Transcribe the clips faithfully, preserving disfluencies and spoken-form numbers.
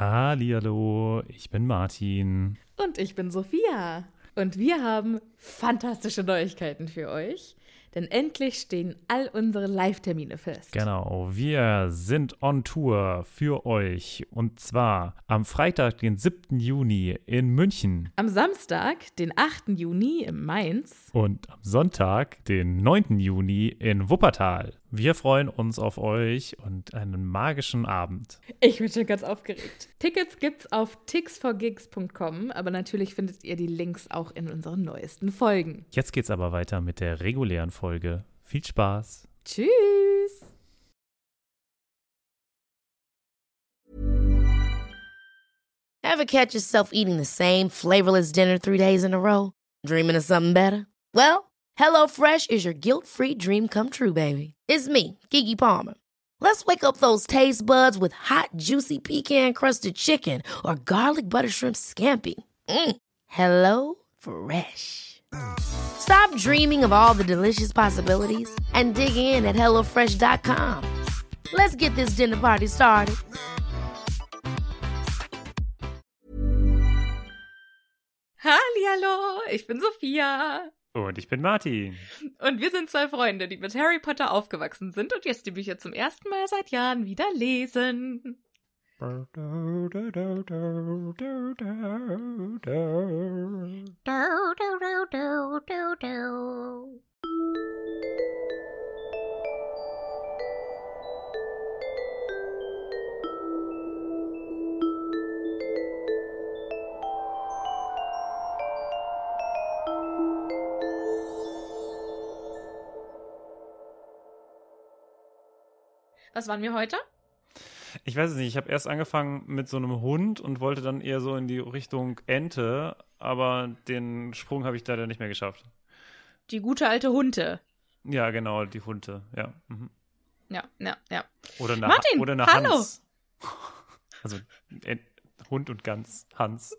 Hallihallo, ich bin Martin. Und ich bin Sophia. Und wir haben fantastische Neuigkeiten für euch. Denn endlich stehen all unsere Live-Termine fest. Genau, wir sind on Tour für euch. Und zwar am Freitag, den siebten Juni in München. Am Samstag, den achten Juni in Mainz. Und am Sonntag, den neunten Juni in Wuppertal. Wir freuen uns auf euch und einen magischen Abend. Ich bin schon ganz aufgeregt. Tickets gibt's auf tix for gigs punkt com, aber natürlich findet ihr die Links auch in unseren neuesten Folgen. Jetzt geht's aber weiter mit der regulären Folge. Viel Spaß. Tschüss. Ever catch yourself eating the same flavorless dinner three days in a row? Dreaming of something better? Well, HelloFresh is your guilt-free dream come true, baby. It's me, Keke Palmer. Let's wake up those taste buds with hot, juicy pecan-crusted chicken or garlic butter shrimp scampi. Mm. Hello Fresh. Stop dreaming of all the delicious possibilities and dig in at hello fresh dot com. Let's get this dinner party started. Hallihallo, ich bin Sophia. Und ich bin Martin. Und wir sind zwei Freunde, die mit Harry Potter aufgewachsen sind und jetzt die Bücher zum ersten Mal seit Jahren wieder lesen. Was waren wir heute? Ich weiß es nicht, ich habe erst angefangen mit so einem Hund und wollte dann eher so in die Richtung Ente, aber den Sprung habe ich leider nicht mehr geschafft. Die gute alte Hunde. Ja, genau, die Hunde, ja. Mhm. Ja, ja, ja. Oder eine, Martin, ha- oder eine hallo. Hans. Also Ent- Hund und Gans, Hans.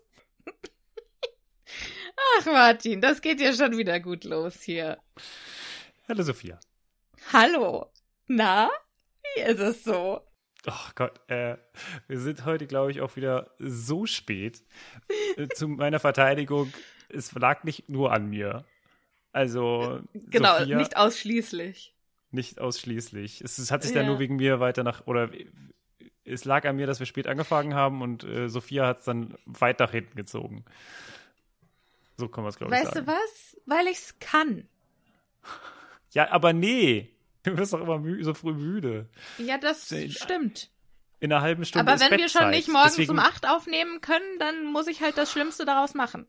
Ach Martin, das geht ja schon wieder gut los hier. Hallo Sophia. Hallo. Na, wie ist es so? Oh Gott, äh, wir sind heute, glaube ich, auch wieder so spät. Äh, zu meiner Verteidigung, es lag nicht nur an mir. Also, Genau, Sophia, nicht ausschließlich. nicht ausschließlich. Es, es hat sich Ja. dann nur wegen mir weiter nach, oder es lag an mir, dass wir spät angefangen haben und äh, Sophia hat es dann weit nach hinten gezogen. So kann man es, glaube ich, Weißt sagen. du was? Weil ich's kann. Ja, aber nee. Du wirst doch immer mü- so früh müde. Ja, das In- stimmt. In einer halben Stunde Aber ist wenn wir schon Bettzeit. nicht morgens Deswegen, um acht aufnehmen können, dann muss ich halt das Schlimmste daraus machen.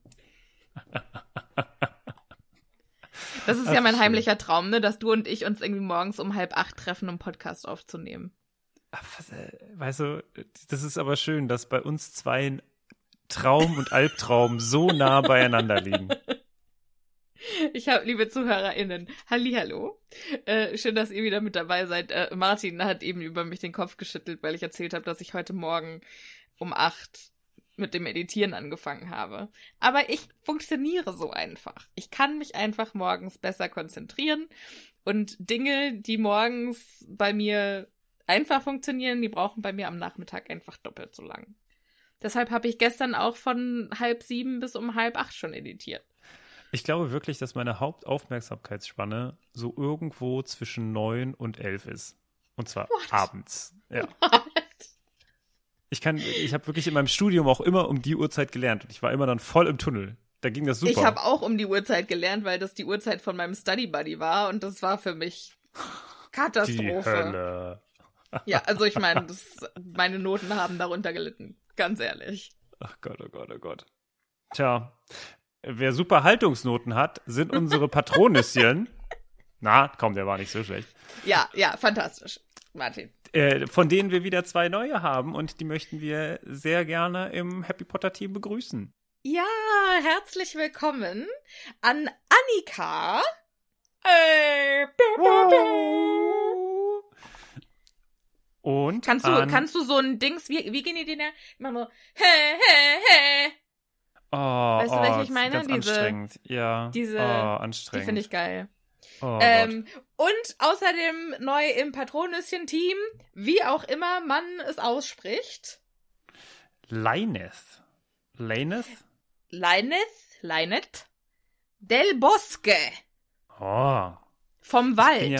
Das ist Ach, ja mein schön. heimlicher Traum, ne, dass du und ich uns irgendwie morgens um halb acht treffen, um Podcast aufzunehmen. Ach, was, äh, weißt du, das ist aber schön, dass bei uns zwei Traum und Albtraum so nah beieinander liegen. Ich habe, liebe ZuhörerInnen, hallihallo. Äh, schön, dass ihr wieder mit dabei seid. Äh, Martin hat eben über mich den Kopf geschüttelt, weil ich erzählt habe, dass ich heute Morgen um acht mit dem Editieren angefangen habe. Aber ich funktioniere so einfach. Ich kann mich einfach morgens besser konzentrieren und Dinge, die morgens bei mir einfach funktionieren, die brauchen bei mir am Nachmittag einfach doppelt so lang. Deshalb habe ich gestern auch von halb sieben bis um halb acht schon editiert. Ich glaube wirklich, dass meine Hauptaufmerksamkeitsspanne so irgendwo zwischen neun und elf ist. Und zwar What? abends. Ja. Ich kann, ich habe wirklich in meinem Studium auch immer um die Uhrzeit gelernt und ich war immer dann voll im Tunnel. Da ging das super. Ich habe auch um die Uhrzeit gelernt, weil das die Uhrzeit von meinem Study Buddy war und das war für mich die Katastrophe. Hölle. Ja, also ich meine, das, meine Noten haben darunter gelitten, ganz ehrlich. Ach Gott, oh Gott, oh Gott. Tja, wer super Haltungsnoten hat, sind unsere Patronüschen. Na, komm, der war nicht so schlecht. Ja, ja, fantastisch, Martin. Äh, von denen wir wieder zwei neue haben und die möchten wir sehr gerne im Happy Potter Team begrüßen. Ja, herzlich willkommen an Annika. Äh, Und kannst du, an, kannst du so ein Dings, wie, wie gehen die denn da? Immer so, hä, hä, hä. oh, weißt du, oh, welche ich meine? Ganz Diese- anstrengend. Ja. diese- oh, Die anstrengend. finde ich geil. Oh, Ähm, und außerdem neu im Patronüschen-Team, wie auch immer man es ausspricht. Lyneth. Lyneth? Lyneth, Lyneth del Bosque. Oh. Vom Wald. Ich bin, ja,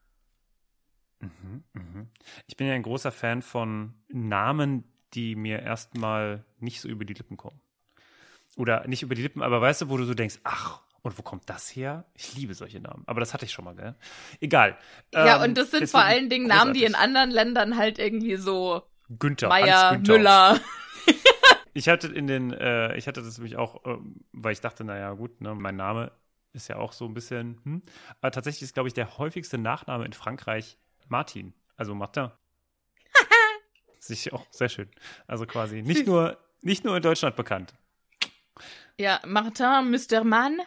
mhm, mhm. ich bin ja ein großer Fan von Namen, die mir erstmal nicht so über die Lippen kommen. Oder nicht über die Lippen, aber weißt du, wo du so denkst, ach, und wo kommt das her? Ich liebe solche Namen. Aber das hatte ich schon mal, gell? Egal. Ja, ähm, und das sind vor allen Dingen großartig. Namen, die in anderen Ländern halt irgendwie so Günther, Meier, Günther. Müller. Ich hatte in den, äh, ich hatte das nämlich auch, äh, weil ich dachte, naja, gut, ne, mein Name ist ja auch so ein bisschen, hm. Aber tatsächlich ist, glaube ich, der häufigste Nachname in Frankreich Martin. Also Martin. Sich auch sehr schön. Also quasi nicht nur, nicht nur in Deutschland bekannt. Ja, Martin Müstermann.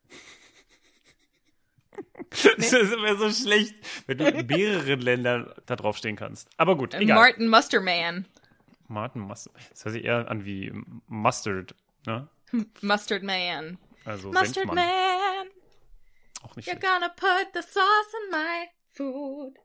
Das ist immer so schlecht, wenn du in mehreren Ländern da draufstehen kannst. Aber gut, egal. Martin Musterman. Martin Mustard. Das hört sich eher an wie Mustard, ne? Mustard Man. Also Mustard Senfmann. Man. Auch nicht You're schlecht. gonna put the sauce in my food.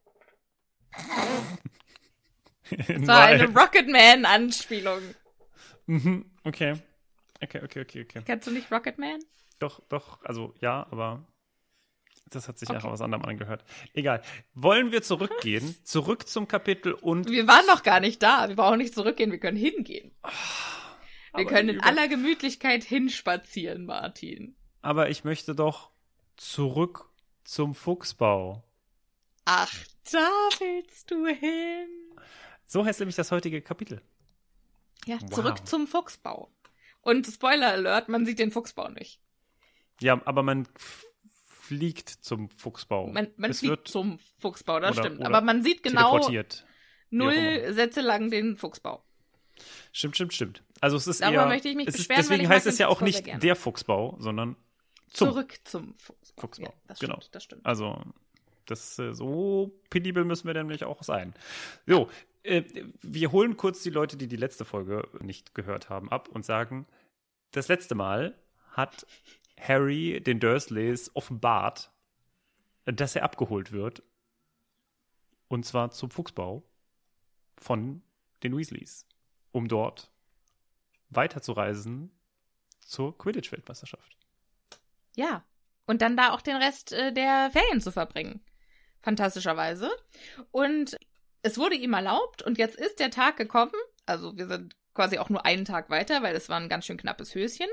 Das war eine Rocketman-Anspielung. Mhm, okay. Okay, okay, okay, okay. Kennst du nicht Rocketman? Doch, doch, also ja, aber das hat sich Okay. einfach was anderem angehört. Egal. Wollen wir zurückgehen? Zurück zum Kapitel und... Wir waren noch gar nicht da. Wir brauchen nicht zurückgehen, wir können hingehen. Wir Aber können in über- aller Gemütlichkeit hinspazieren, Martin. Aber ich möchte doch zurück zum Fuchsbau. Ach, da willst du hin. So heißt nämlich das heutige Kapitel. Ja, Wow. zurück zum Fuchsbau. Und Spoiler Alert, man sieht den Fuchsbau nicht. Ja, aber man f- fliegt zum Fuchsbau. Man, man Es fliegt wird zum Fuchsbau, das oder- stimmt. oder Aber man sieht genau teleportiert. Wie auch null immer. Sätze lang den Fuchsbau. Stimmt, stimmt, stimmt. Also es ist Darüber eher... möchte ich mich es ist, beschweren, weil deswegen ich heißt mag es den ja auch Fuchsbau sehr nicht gerne. der Fuchsbau, sondern zum Zurück zum Fuchsbau. Fuchsbau. Ja, das Genau. stimmt, das stimmt. Also, das, äh, so penibel müssen wir nämlich auch sein. So, äh, wir holen kurz die Leute, die die letzte Folge nicht gehört haben, ab und sagen, das letzte Mal hat Harry den Dursleys offenbart, dass er abgeholt wird. Und zwar zum Fuchsbau von den Weasleys, um dort weiterzureisen zur Quidditch-Weltmeisterschaft. Ja. Und dann da auch den Rest äh, der Ferien zu verbringen. Fantastischerweise. Und es wurde ihm erlaubt und jetzt ist der Tag gekommen. Also wir sind quasi auch nur einen Tag weiter, weil es war ein ganz schön knappes Höschen.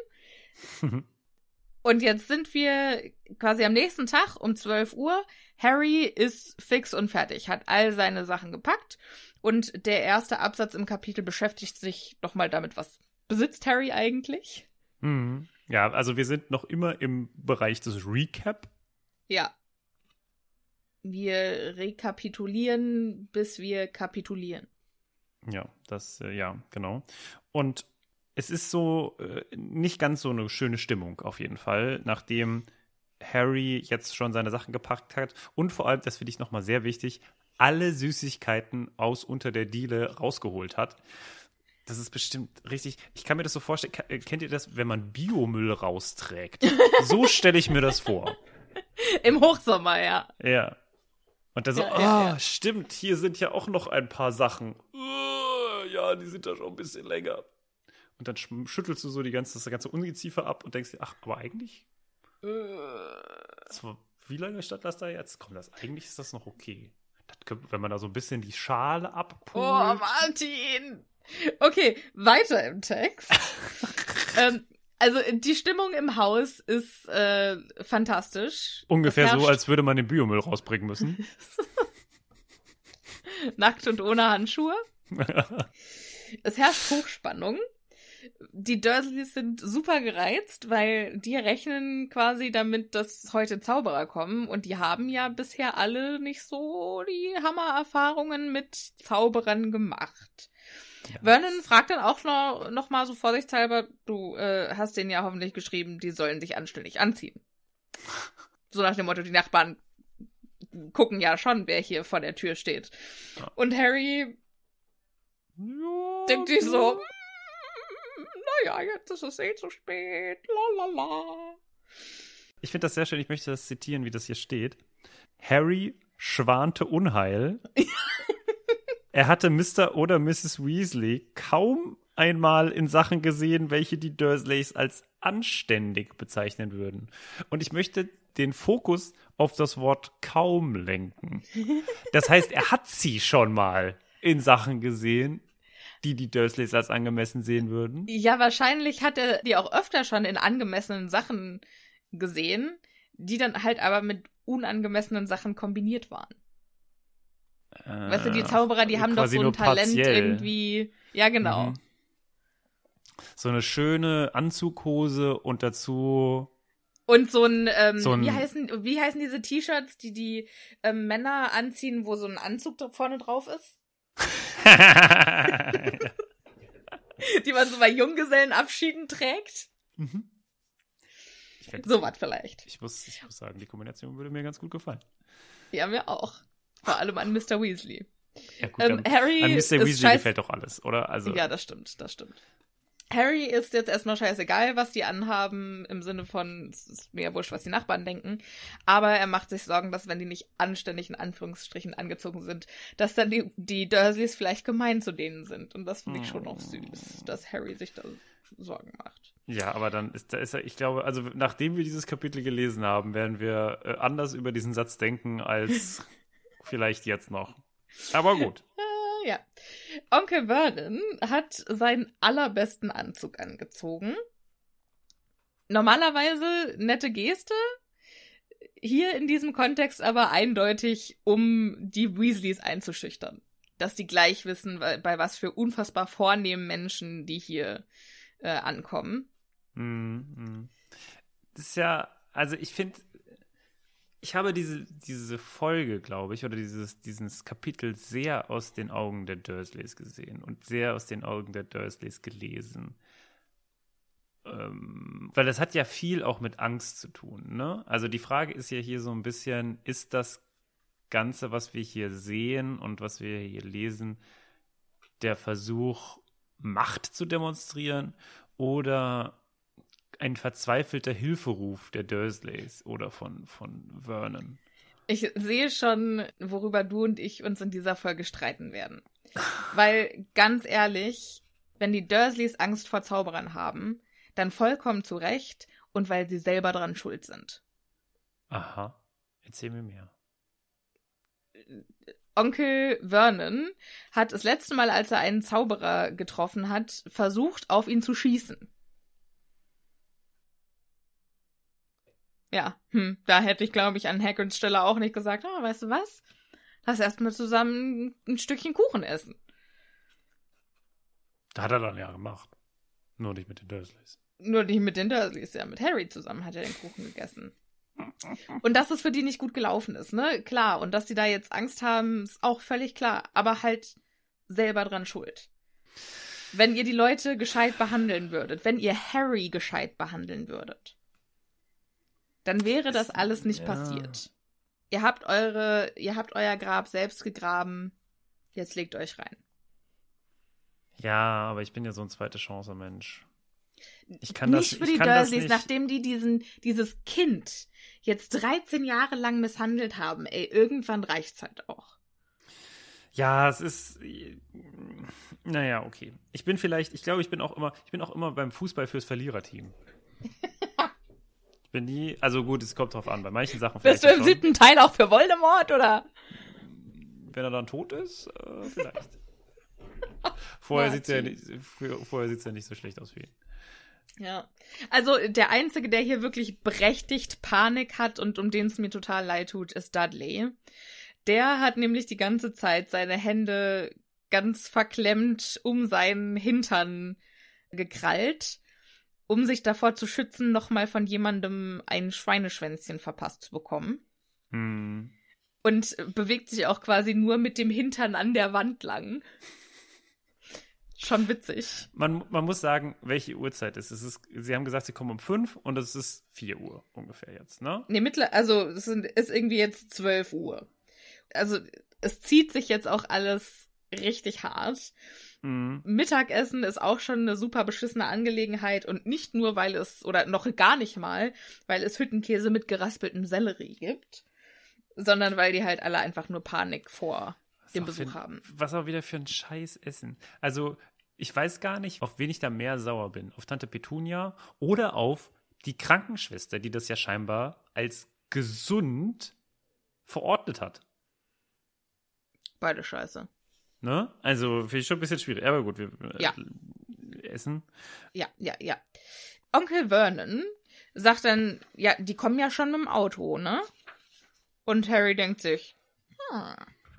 Und jetzt sind wir quasi am nächsten Tag um zwölf Uhr. Harry ist fix und fertig, hat all seine Sachen gepackt. Und der erste Absatz im Kapitel beschäftigt sich nochmal damit, was besitzt Harry eigentlich? Mhm. Ja, also wir sind noch immer im Bereich des Recap. Ja. Wir rekapitulieren, bis wir kapitulieren. Ja, das, äh, ja, genau. Und es ist so äh, nicht ganz so eine schöne Stimmung auf jeden Fall, nachdem Harry jetzt schon seine Sachen gepackt hat und vor allem, das finde ich nochmal sehr wichtig, alle Süßigkeiten aus unter der Diele rausgeholt hat. Das ist bestimmt richtig, ich kann mir das so vorstellen, Ka- äh, kennt ihr das, wenn man Biomüll rausträgt? So stelle ich mir das vor. Im Hochsommer, ja. Ja. Und dann so, Ja, ah, ja, ja. stimmt, hier sind ja auch noch ein paar Sachen. Uh, ja, die sind da schon ein bisschen länger. Und dann sch- schüttelst du so die ganze, das ganze Ungeziefer ab und denkst dir, ach, aber eigentlich, das war, wie lange stand das da jetzt? Komm, das, eigentlich ist das noch okay. Das könnt, wenn man da so ein bisschen die Schale abpult. Oh, Martin! Okay, weiter im Text. ähm, also die Stimmung im Haus ist äh, fantastisch. Ungefähr Es so, herrscht als würde man den Biomüll rausbringen müssen. nackt und ohne Handschuhe. Es herrscht Hochspannung. Die Dursleys sind super gereizt, weil die rechnen quasi damit, dass heute Zauberer kommen. Und die haben ja bisher alle nicht so die Hammererfahrungen mit Zauberern gemacht. Ja. Vernon fragt dann auch noch, noch mal so vorsichtshalber, du äh, hast denen ja hoffentlich geschrieben, die sollen sich anständig anziehen. So nach dem Motto, die Nachbarn gucken ja schon, wer hier vor der Tür steht. Ja. Und Harry Ja, denkt sich so, "Mm, naja, jetzt ist es eh zu spät, lalala." Ich finde das sehr schön, ich möchte das zitieren, wie das hier steht. Harry schwante Unheil. Er hatte Mister oder Misses Weasley kaum einmal in Sachen gesehen, welche die Dursleys als anständig bezeichnen würden. Und ich möchte den Fokus auf das Wort kaum lenken. Das heißt, er hat sie schon mal in Sachen gesehen, die die Dursleys als angemessen sehen würden. Ja, wahrscheinlich hat er die auch öfter schon in angemessenen Sachen gesehen, die dann halt aber mit unangemessenen Sachen kombiniert waren. Äh, weißt du, die Zauberer, die haben doch so ein Talent partiell. irgendwie. Ja, genau. Mhm. So eine schöne Anzughose und dazu und so ein, ähm, so ein wie heißen, wie heißen diese T-Shirts, die die ähm, Männer anziehen, wo so ein Anzug da vorne drauf ist? Die man so bei Junggesellenabschieden trägt? Mhm. So was vielleicht. Ich muss, ich muss sagen, die Kombination würde mir ganz gut gefallen. Ja, mir auch. Vor allem an Mister Weasley. Ja gut, ähm, an, Harry an Mister Weasley scheiß- gefällt doch alles, oder? Also ja, das stimmt, das stimmt. Harry ist jetzt erstmal scheißegal, was die anhaben, im Sinne von, es ist mir ja wurscht, was die Nachbarn denken. Aber er macht sich Sorgen, dass wenn die nicht anständig in Anführungsstrichen angezogen sind, dass dann die, die Dursleys vielleicht gemein zu denen sind. Und das finde ich schon auch süß, dass Harry sich da Sorgen macht. Ja, aber dann ist da ist er, ich glaube, also nachdem wir dieses Kapitel gelesen haben, werden wir äh, anders über diesen Satz denken als vielleicht jetzt noch. Aber gut. äh, ja. Onkel Vernon hat seinen allerbesten Anzug angezogen. Normalerweise nette Geste. Hier in diesem Kontext aber eindeutig, um die Weasleys einzuschüchtern. Dass die gleich wissen, bei, bei was für unfassbar vornehmen Menschen die hier äh, ankommen. Mm-hmm. Das ist ja, also ich finde, ich habe diese, diese Folge, glaube ich, oder dieses, dieses Kapitel sehr aus den Augen der Dursleys gesehen und sehr aus den Augen der Dursleys gelesen. Ähm, weil das hat ja viel auch mit Angst zu tun, ne? Also die Frage ist ja hier so ein bisschen, ist das Ganze, was wir hier sehen und was wir hier lesen, der Versuch, Macht zu demonstrieren oder ein verzweifelter Hilferuf der Dursleys oder von, von Vernon? Ich sehe schon, worüber du und ich uns in dieser Folge streiten werden. Weil, ganz ehrlich, wenn die Dursleys Angst vor Zauberern haben, dann vollkommen zu Recht und weil sie selber dran schuld sind. Aha, erzähl mir mehr. Onkel Vernon hat das letzte Mal, als er einen Zauberer getroffen hat, versucht, auf ihn zu schießen. Ja, hm, da hätte ich, glaube ich, an Hagrids Stelle auch nicht gesagt, ah, weißt du was? Lass erstmal zusammen ein Stückchen Kuchen essen. Da hat er dann ja gemacht. Nur nicht mit den Dursleys. Nur nicht mit den Dursleys, ja. Mit Harry zusammen hat er den Kuchen gegessen. Und dass es für die nicht gut gelaufen ist, ne? Klar. Und dass die da jetzt Angst haben, ist auch völlig klar. Aber halt selber dran schuld. Wenn ihr die Leute gescheit behandeln würdet, wenn ihr Harry gescheit behandeln würdet, dann wäre das alles nicht ja. passiert. Ihr habt eure, ihr habt euer Grab selbst gegraben. Jetzt legt euch rein. Ja, aber ich bin ja so ein zweite Chance Mensch. Ich kann nicht das, für ich die kann das Dursleys, nicht. nachdem die diesen, dieses Kind jetzt dreizehn Jahre lang misshandelt haben. Ey, irgendwann reicht's halt auch. Ja, es ist, naja, okay. Ich bin vielleicht, ich glaube, ich bin auch immer, ich bin auch immer beim Fußball fürs Verliererteam. Ich bin nie, also gut, es kommt drauf an, bei manchen Sachen vielleicht. Bist du im schon. siebten Teil auch für Voldemort, oder? Wenn er dann tot ist, äh, vielleicht. Vorher sieht's ja nicht, vorher sieht's ja nicht so schlecht aus für ihn. Ja, also der Einzige, der hier wirklich berechtigt Panik hat und um den es mir total leid tut, ist Dudley. Der hat nämlich die ganze Zeit seine Hände ganz verklemmt um seinen Hintern gekrallt, um sich davor zu schützen, nochmal von jemandem ein Schweineschwänzchen verpasst zu bekommen. Hm. Und bewegt sich auch quasi nur mit dem Hintern an der Wand lang. Schon witzig. Man, man muss sagen, welche Uhrzeit es ist. Es ist. Sie haben gesagt, sie kommen um fünf und es ist vier Uhr ungefähr jetzt, ne? Nee, mittler, also es sind, ist irgendwie jetzt zwölf Uhr. Also es zieht sich jetzt auch alles richtig hart. Mhm. Mittagessen ist auch schon eine super beschissene Angelegenheit und nicht nur, weil es, oder noch gar nicht mal, weil es Hüttenkäse mit geraspeltem Sellerie gibt, sondern weil die halt alle einfach nur Panik vor dem Besuch ein, haben. Was auch wieder für ein scheiß Essen. Also ich weiß gar nicht, auf wen ich da mehr sauer bin. Auf Tante Petunia oder auf die Krankenschwester, die das ja scheinbar als gesund verordnet hat. Beide scheiße. Ne? Also, finde ich schon ein bisschen schwierig. Aber gut, wir Ja. äh, essen. Ja, ja, ja. Onkel Vernon sagt dann, ja, die kommen ja schon mit dem Auto, ne? Und Harry denkt sich, hm.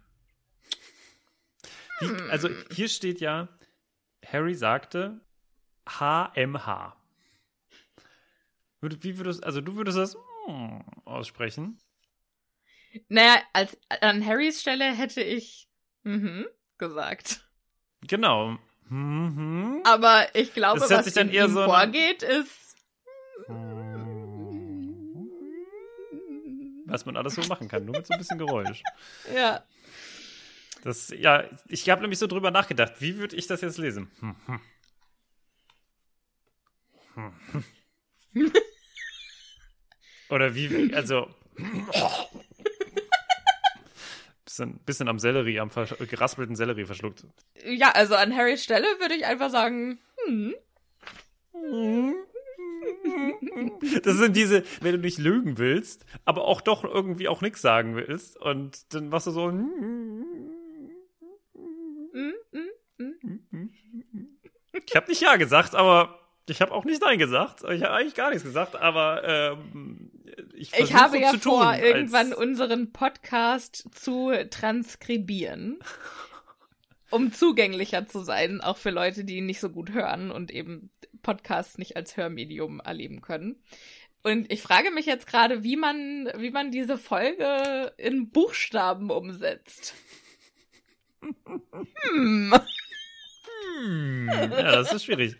Wie, also, hier steht ja, Harry sagte H M H. Wie würdest, also du würdest das hm, aussprechen? Naja, als, an Harrys Stelle hätte ich mhm gesagt. Genau. Mhm. Aber ich glaube, Das hört was sich dann in eher ihm so an- vorgeht, ist Was man alles so machen kann, nur mit so ein bisschen Geräusch. ja. Das, ja, ich habe nämlich so drüber nachgedacht, wie würde ich das jetzt lesen? Hm, hm. Hm, hm. Oder wie, also bisschen, bisschen am Sellerie, am versch- geraspelten Sellerie verschluckt. Ja, also an Harrys Stelle würde ich einfach sagen, hm. Das sind diese, wenn du nicht lügen willst, aber auch doch irgendwie auch nichts sagen willst und dann machst du so Hm, hm, hm. Ich habe nicht Ja gesagt, aber ich habe auch nicht Nein gesagt. Ich habe eigentlich gar nichts gesagt, aber ähm, ich versuche Ich habe ja zu vor, tun, irgendwann als, unseren Podcast zu transkribieren, um zugänglicher zu sein, auch für Leute, die ihn nicht so gut hören und eben Podcasts nicht als Hörmedium erleben können. Und ich frage mich jetzt gerade, wie man, wie man diese Folge in Buchstaben umsetzt. Hm. Hm, ja, das ist schwierig.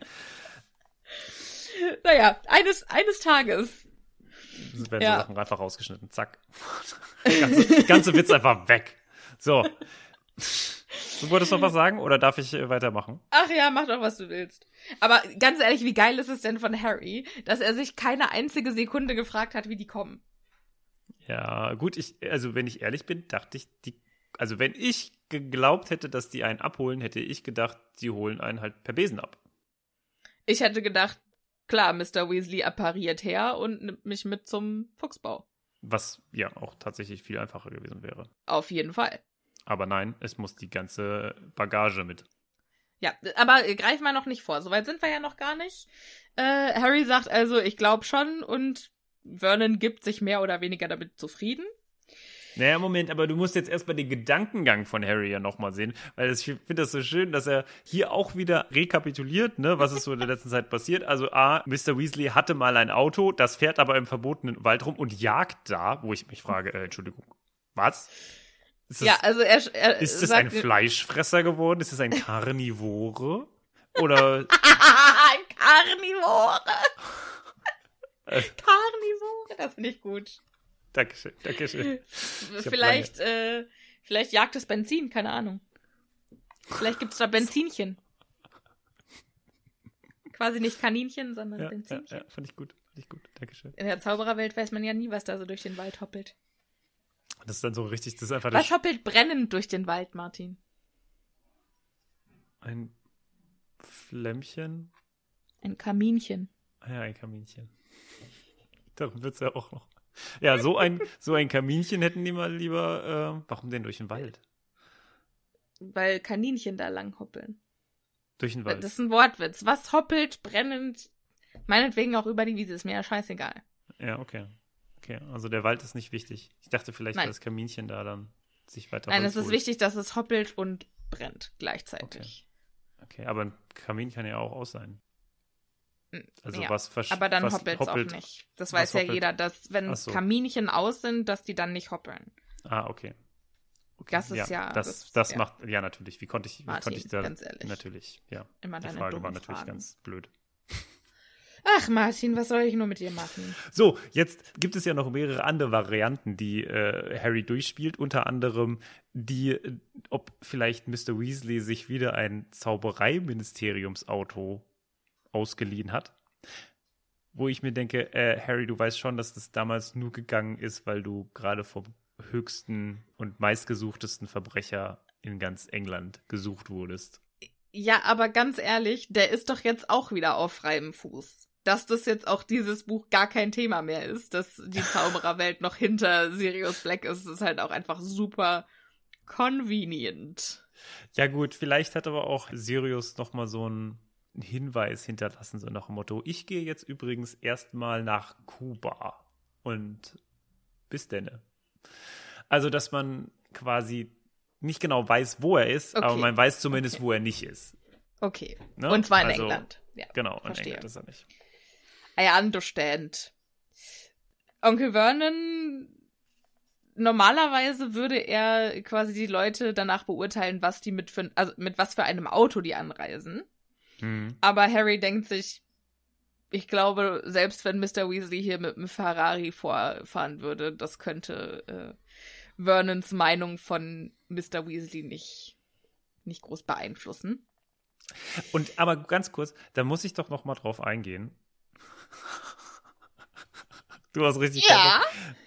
Naja, eines, eines Tages. Das werden Ja. so Sachen einfach rausgeschnitten. Zack. ganze, ganze Witz einfach weg. So. Du wolltest noch was sagen oder darf ich äh, weitermachen? Ach ja, mach doch, was du willst. Aber ganz ehrlich, wie geil ist es denn von Harry, dass er sich keine einzige Sekunde gefragt hat, wie die kommen? Ja, gut, ich, also wenn ich ehrlich bin, dachte ich, die, also wenn ich geglaubt hätte, dass die einen abholen, hätte ich gedacht, die holen einen halt per Besen ab. Ich hätte gedacht, klar, Mister Weasley appariert her und nimmt mich mit zum Fuchsbau. Was ja auch tatsächlich viel einfacher gewesen wäre. Auf jeden Fall. Aber nein, es muss die ganze Bagage mit. Ja, aber greif mal noch nicht vor. Soweit sind wir ja noch gar nicht. Äh, Harry sagt also, ich glaube schon und Vernon gibt sich mehr oder weniger damit zufrieden. Naja, Moment, aber du musst jetzt erstmal den Gedankengang von Harry ja nochmal sehen, weil ich finde das so schön, dass er hier auch wieder rekapituliert, ne, was ist so in der letzten Zeit passiert. Also A, Mister Weasley hatte mal ein Auto, das fährt aber im verbotenen Wald rum und jagt da, wo ich mich frage, äh, Entschuldigung, was? Ist das, Ja, also er, er ist das sagt, ein Fleischfresser geworden? Ist das ein Karnivore? Oder Karnivore. Äh. Karnivore, das finde ich gut. Dankeschön, Dankeschön. hab Vielleicht, äh, vielleicht jagt es Benzin, keine Ahnung. Vielleicht gibt's da Benzinchen. Quasi nicht Kaninchen, sondern Ja, ja, Benzinchen. ja, fand ich gut, fand ich gut, Dankeschön. In der Zaubererwelt weiß man ja nie, was da so durch den Wald hoppelt. Das ist dann so richtig, das ist einfach Was das, hoppelt brennend durch den Wald, Martin? ein Flämmchen. Ein Kaminchen. Ah ja, ein Kaminchen. Darum wird's ja auch noch. Ja, so ein, so ein Kaminchen hätten die mal lieber, äh, warum denn durch den Wald? Weil Kaninchen da lang hoppeln. Durch den Wald. Das ist ein Wortwitz. Was hoppelt brennend? Meinetwegen auch über die Wiese, ist mir ja scheißegal. Ja, okay. Okay, also der Wald ist nicht wichtig. Ich dachte vielleicht, Nein. weil das Kaminchen da dann sich weiter Nein, Holz es ist holt. wichtig, dass es hoppelt und brennt gleichzeitig. Okay, aber ein Kamin kann ja auch aus sein. Also Ja, was versch- aber dann was hoppelt es auch nicht. Das was weiß ja hoppelt? jeder, dass wenn Ach so. Kaminchen aus sind, dass die dann nicht hoppeln. Ah, okay. okay. Das ist ja- Das, das- das ja. macht, ja, natürlich. Wie konnte ich, wie Martin, konnte ich da. ganz ehrlich. Natürlich, ja. Immer Die deine Frage dummen war natürlich Fragen. ganz blöd. Ach, Martin, was soll ich nur mit dir machen? So, jetzt gibt es ja noch mehrere andere Varianten, die äh, Harry durchspielt. Unter anderem die, äh, ob vielleicht Mister Weasley sich wieder ein Zaubereiministeriumsauto ausgeliehen hat. Wo ich mir denke, äh, Harry, du weißt schon, dass das damals nur gegangen ist, weil du gerade vom höchsten und meistgesuchtesten Verbrecher in ganz England gesucht wurdest. Ja, aber ganz ehrlich, der ist doch jetzt auch wieder auf freiem Fuß. Dass das jetzt auch dieses Buch gar kein Thema mehr ist, dass die Zaubererwelt noch hinter Sirius Black ist, ist halt auch einfach super convenient. Ja gut, vielleicht hat aber auch Sirius nochmal so einen Hinweis hinterlassen, so nach dem Motto, ich gehe jetzt übrigens erstmal nach Kuba und bis denne. Also, dass man quasi nicht genau weiß, wo er ist, Okay. aber man weiß zumindest, Okay. wo er nicht ist. Okay. Ne? Und zwar in Also, England. Ja, Genau, in verstehe. England ist er nicht. I understand. Onkel Vernon, normalerweise würde er quasi die Leute danach beurteilen, was die mit für, also mit was für einem Auto die anreisen. Hm. Aber Harry denkt sich, ich glaube, selbst wenn Mister Weasley hier mit einem Ferrari vorfahren würde, das könnte äh, Vernons Meinung von Mister Weasley nicht, nicht groß beeinflussen. Und aber ganz kurz, da muss ich doch noch mal drauf eingehen. Du hast richtig. Ja.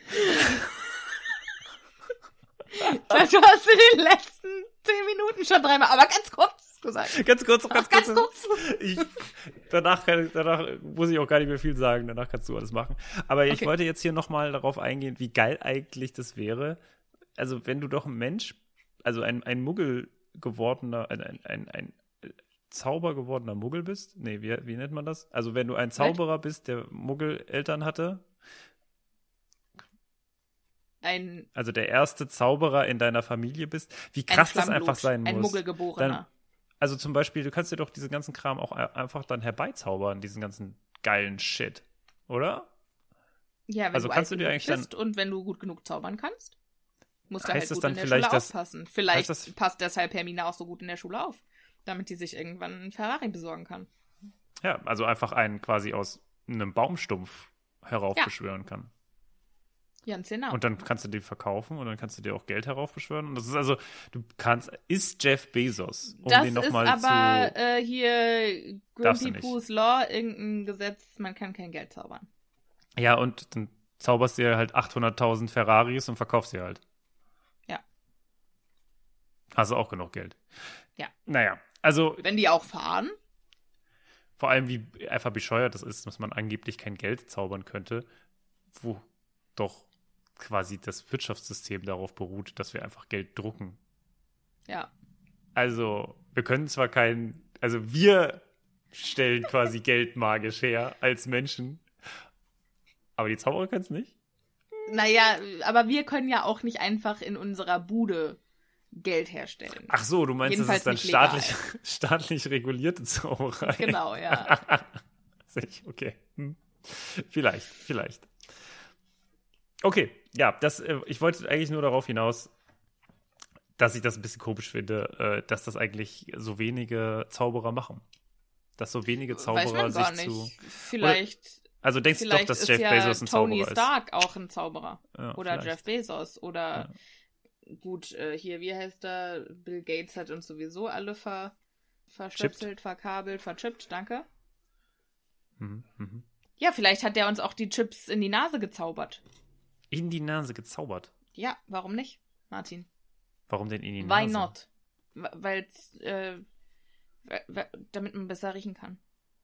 Du hast in den letzten zehn Minuten schon dreimal, aber ganz kurz gesagt. Ganz kurz, noch ganz, Ganz kurz. kurz. Ich, danach, kann, danach muss ich auch gar nicht mehr viel sagen. Danach kannst du alles machen. Aber ich Okay. wollte jetzt hier noch mal darauf eingehen, wie geil eigentlich das wäre. Also wenn du doch ein Mensch, also ein, ein Muggel gewordener, ein, ein, ein, ein Zauber gewordener Muggel bist. Nee, wie, wie nennt man das? Also wenn du ein Zauberer bist, der Muggel-Eltern hatte. Ein, Also der erste Zauberer in deiner Familie bist. Wie krass ein das Flammblut, einfach sein muss. ein Muggelgeborener. Dann, also zum Beispiel, du kannst dir doch diesen ganzen Kram auch a- einfach dann herbeizaubern, diesen ganzen geilen Shit, oder? Ja, wenn also du kannst alt du dir genug eigentlich dann- bist und wenn du gut genug zaubern kannst, musst du Heißt halt das gut dann in der vielleicht, Schule dass- aufpassen. Vielleicht heißt das- passt deshalb Hermine auch so gut in der Schule auf, damit die sich irgendwann einen Ferrari besorgen kann. Ja, also einfach einen quasi aus einem Baumstumpf heraufbeschwören kann. Ganz genau. Und dann kannst du den verkaufen und dann kannst du dir auch Geld heraufbeschwören. Und das ist also, du kannst, ist Jeff Bezos, um das den ist nochmal aber zu. äh, hier Darfst du Grumpy nicht. Poo's Law, irgendein Gesetz, man kann kein Geld zaubern. Ja, und dann zauberst du dir halt achthunderttausend Ferraris und verkaufst sie halt. Ja. Hast du auch genug Geld. Ja. Naja, also Wenn die auch fahren, vor allem, wie einfach bescheuert das ist, dass man angeblich kein Geld zaubern könnte, wo doch quasi das Wirtschaftssystem darauf beruht, dass wir einfach Geld drucken. ja. Also, wir können zwar kein, also wir stellen quasi Geld magisch her als Menschen, aber die Zauberer können es nicht. Naja, aber wir können ja auch nicht einfach in unserer Bude Geld herstellen. Ach so, du meinst, Jedenfalls das ist nicht dann legal. staatlich, staatlich regulierte Zauberei. Genau, ja. Sich, okay. Hm. Vielleicht, vielleicht. Okay, ja, das, äh, ich wollte eigentlich nur darauf hinaus, dass ich das ein bisschen komisch finde, äh, dass das eigentlich so wenige Zauberer machen. Dass so wenige Weiß Zauberer man gar sich nicht. zu. Vielleicht, Also denkst du doch, vielleicht dass ist Jeff ja Bezos ein Tony Zauberer Stark auch ein Zauberer. ist? Ja, Oder vielleicht. Jeff Bezos. Oder gut, äh, hier, wie heißt er? Bill Gates hat uns sowieso alle ver verschlüsselt, verkabelt, verchippt, danke. Mhm, mhm. Ja, vielleicht hat der uns auch die Chips in die Nase gezaubert. In die Nase gezaubert. Ja, warum nicht, Martin? Warum denn in die Why Nase? not? Weil, äh, we- we- damit man besser riechen kann.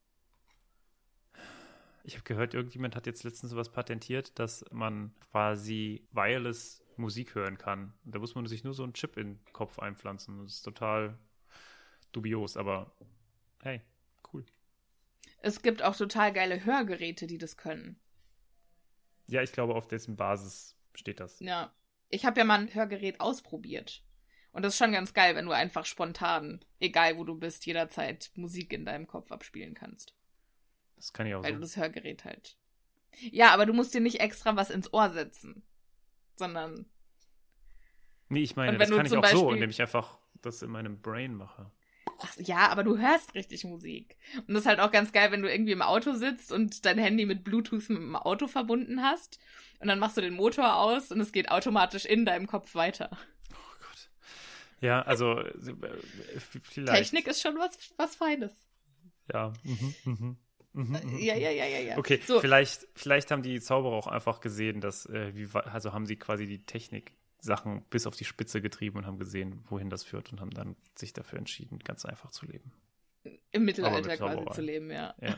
Ich habe gehört, irgendjemand hat jetzt letztens sowas patentiert, dass man quasi wireless Musik hören kann. Da muss man sich nur so einen Chip in den Kopf einpflanzen. Das ist total dubios, aber hey, cool. Es gibt auch total geile Hörgeräte, die das können. Ja, ich glaube, auf dessen Basis steht das. Ja. Ich habe ja mal ein Hörgerät ausprobiert. Und das ist schon ganz geil, wenn du einfach spontan, egal wo du bist, jederzeit Musik in deinem Kopf abspielen kannst. Das kann ich auch Weil du so. das Hörgerät halt. Ja, aber du musst dir nicht extra was ins Ohr setzen. Sondern. Nee, ich meine, Und das wenn du kann ich zum auch so, Beispiel- indem ich einfach das in meinem Brain mache. Ach, ja, aber du hörst richtig Musik. Und das ist halt auch ganz geil, wenn du irgendwie im Auto sitzt und dein Handy mit Bluetooth mit dem Auto verbunden hast. Und dann machst du den Motor aus und es geht automatisch in deinem Kopf weiter. Oh Gott. Ja, also äh, vielleicht. Technik ist schon was, was Feines. Ja. Mhm, mhm. Mhm, mhm. Ja, ja, ja, ja, ja. Okay, So. vielleicht, vielleicht haben die Zauberer auch einfach gesehen, dass, äh, wie, wa- also haben sie quasi die Technik Sachen bis auf die Spitze getrieben und haben gesehen, wohin das führt und haben dann sich dafür entschieden, ganz einfach zu leben. Im Mittelalter mit quasi Zauberei. zu leben, ja. Ja.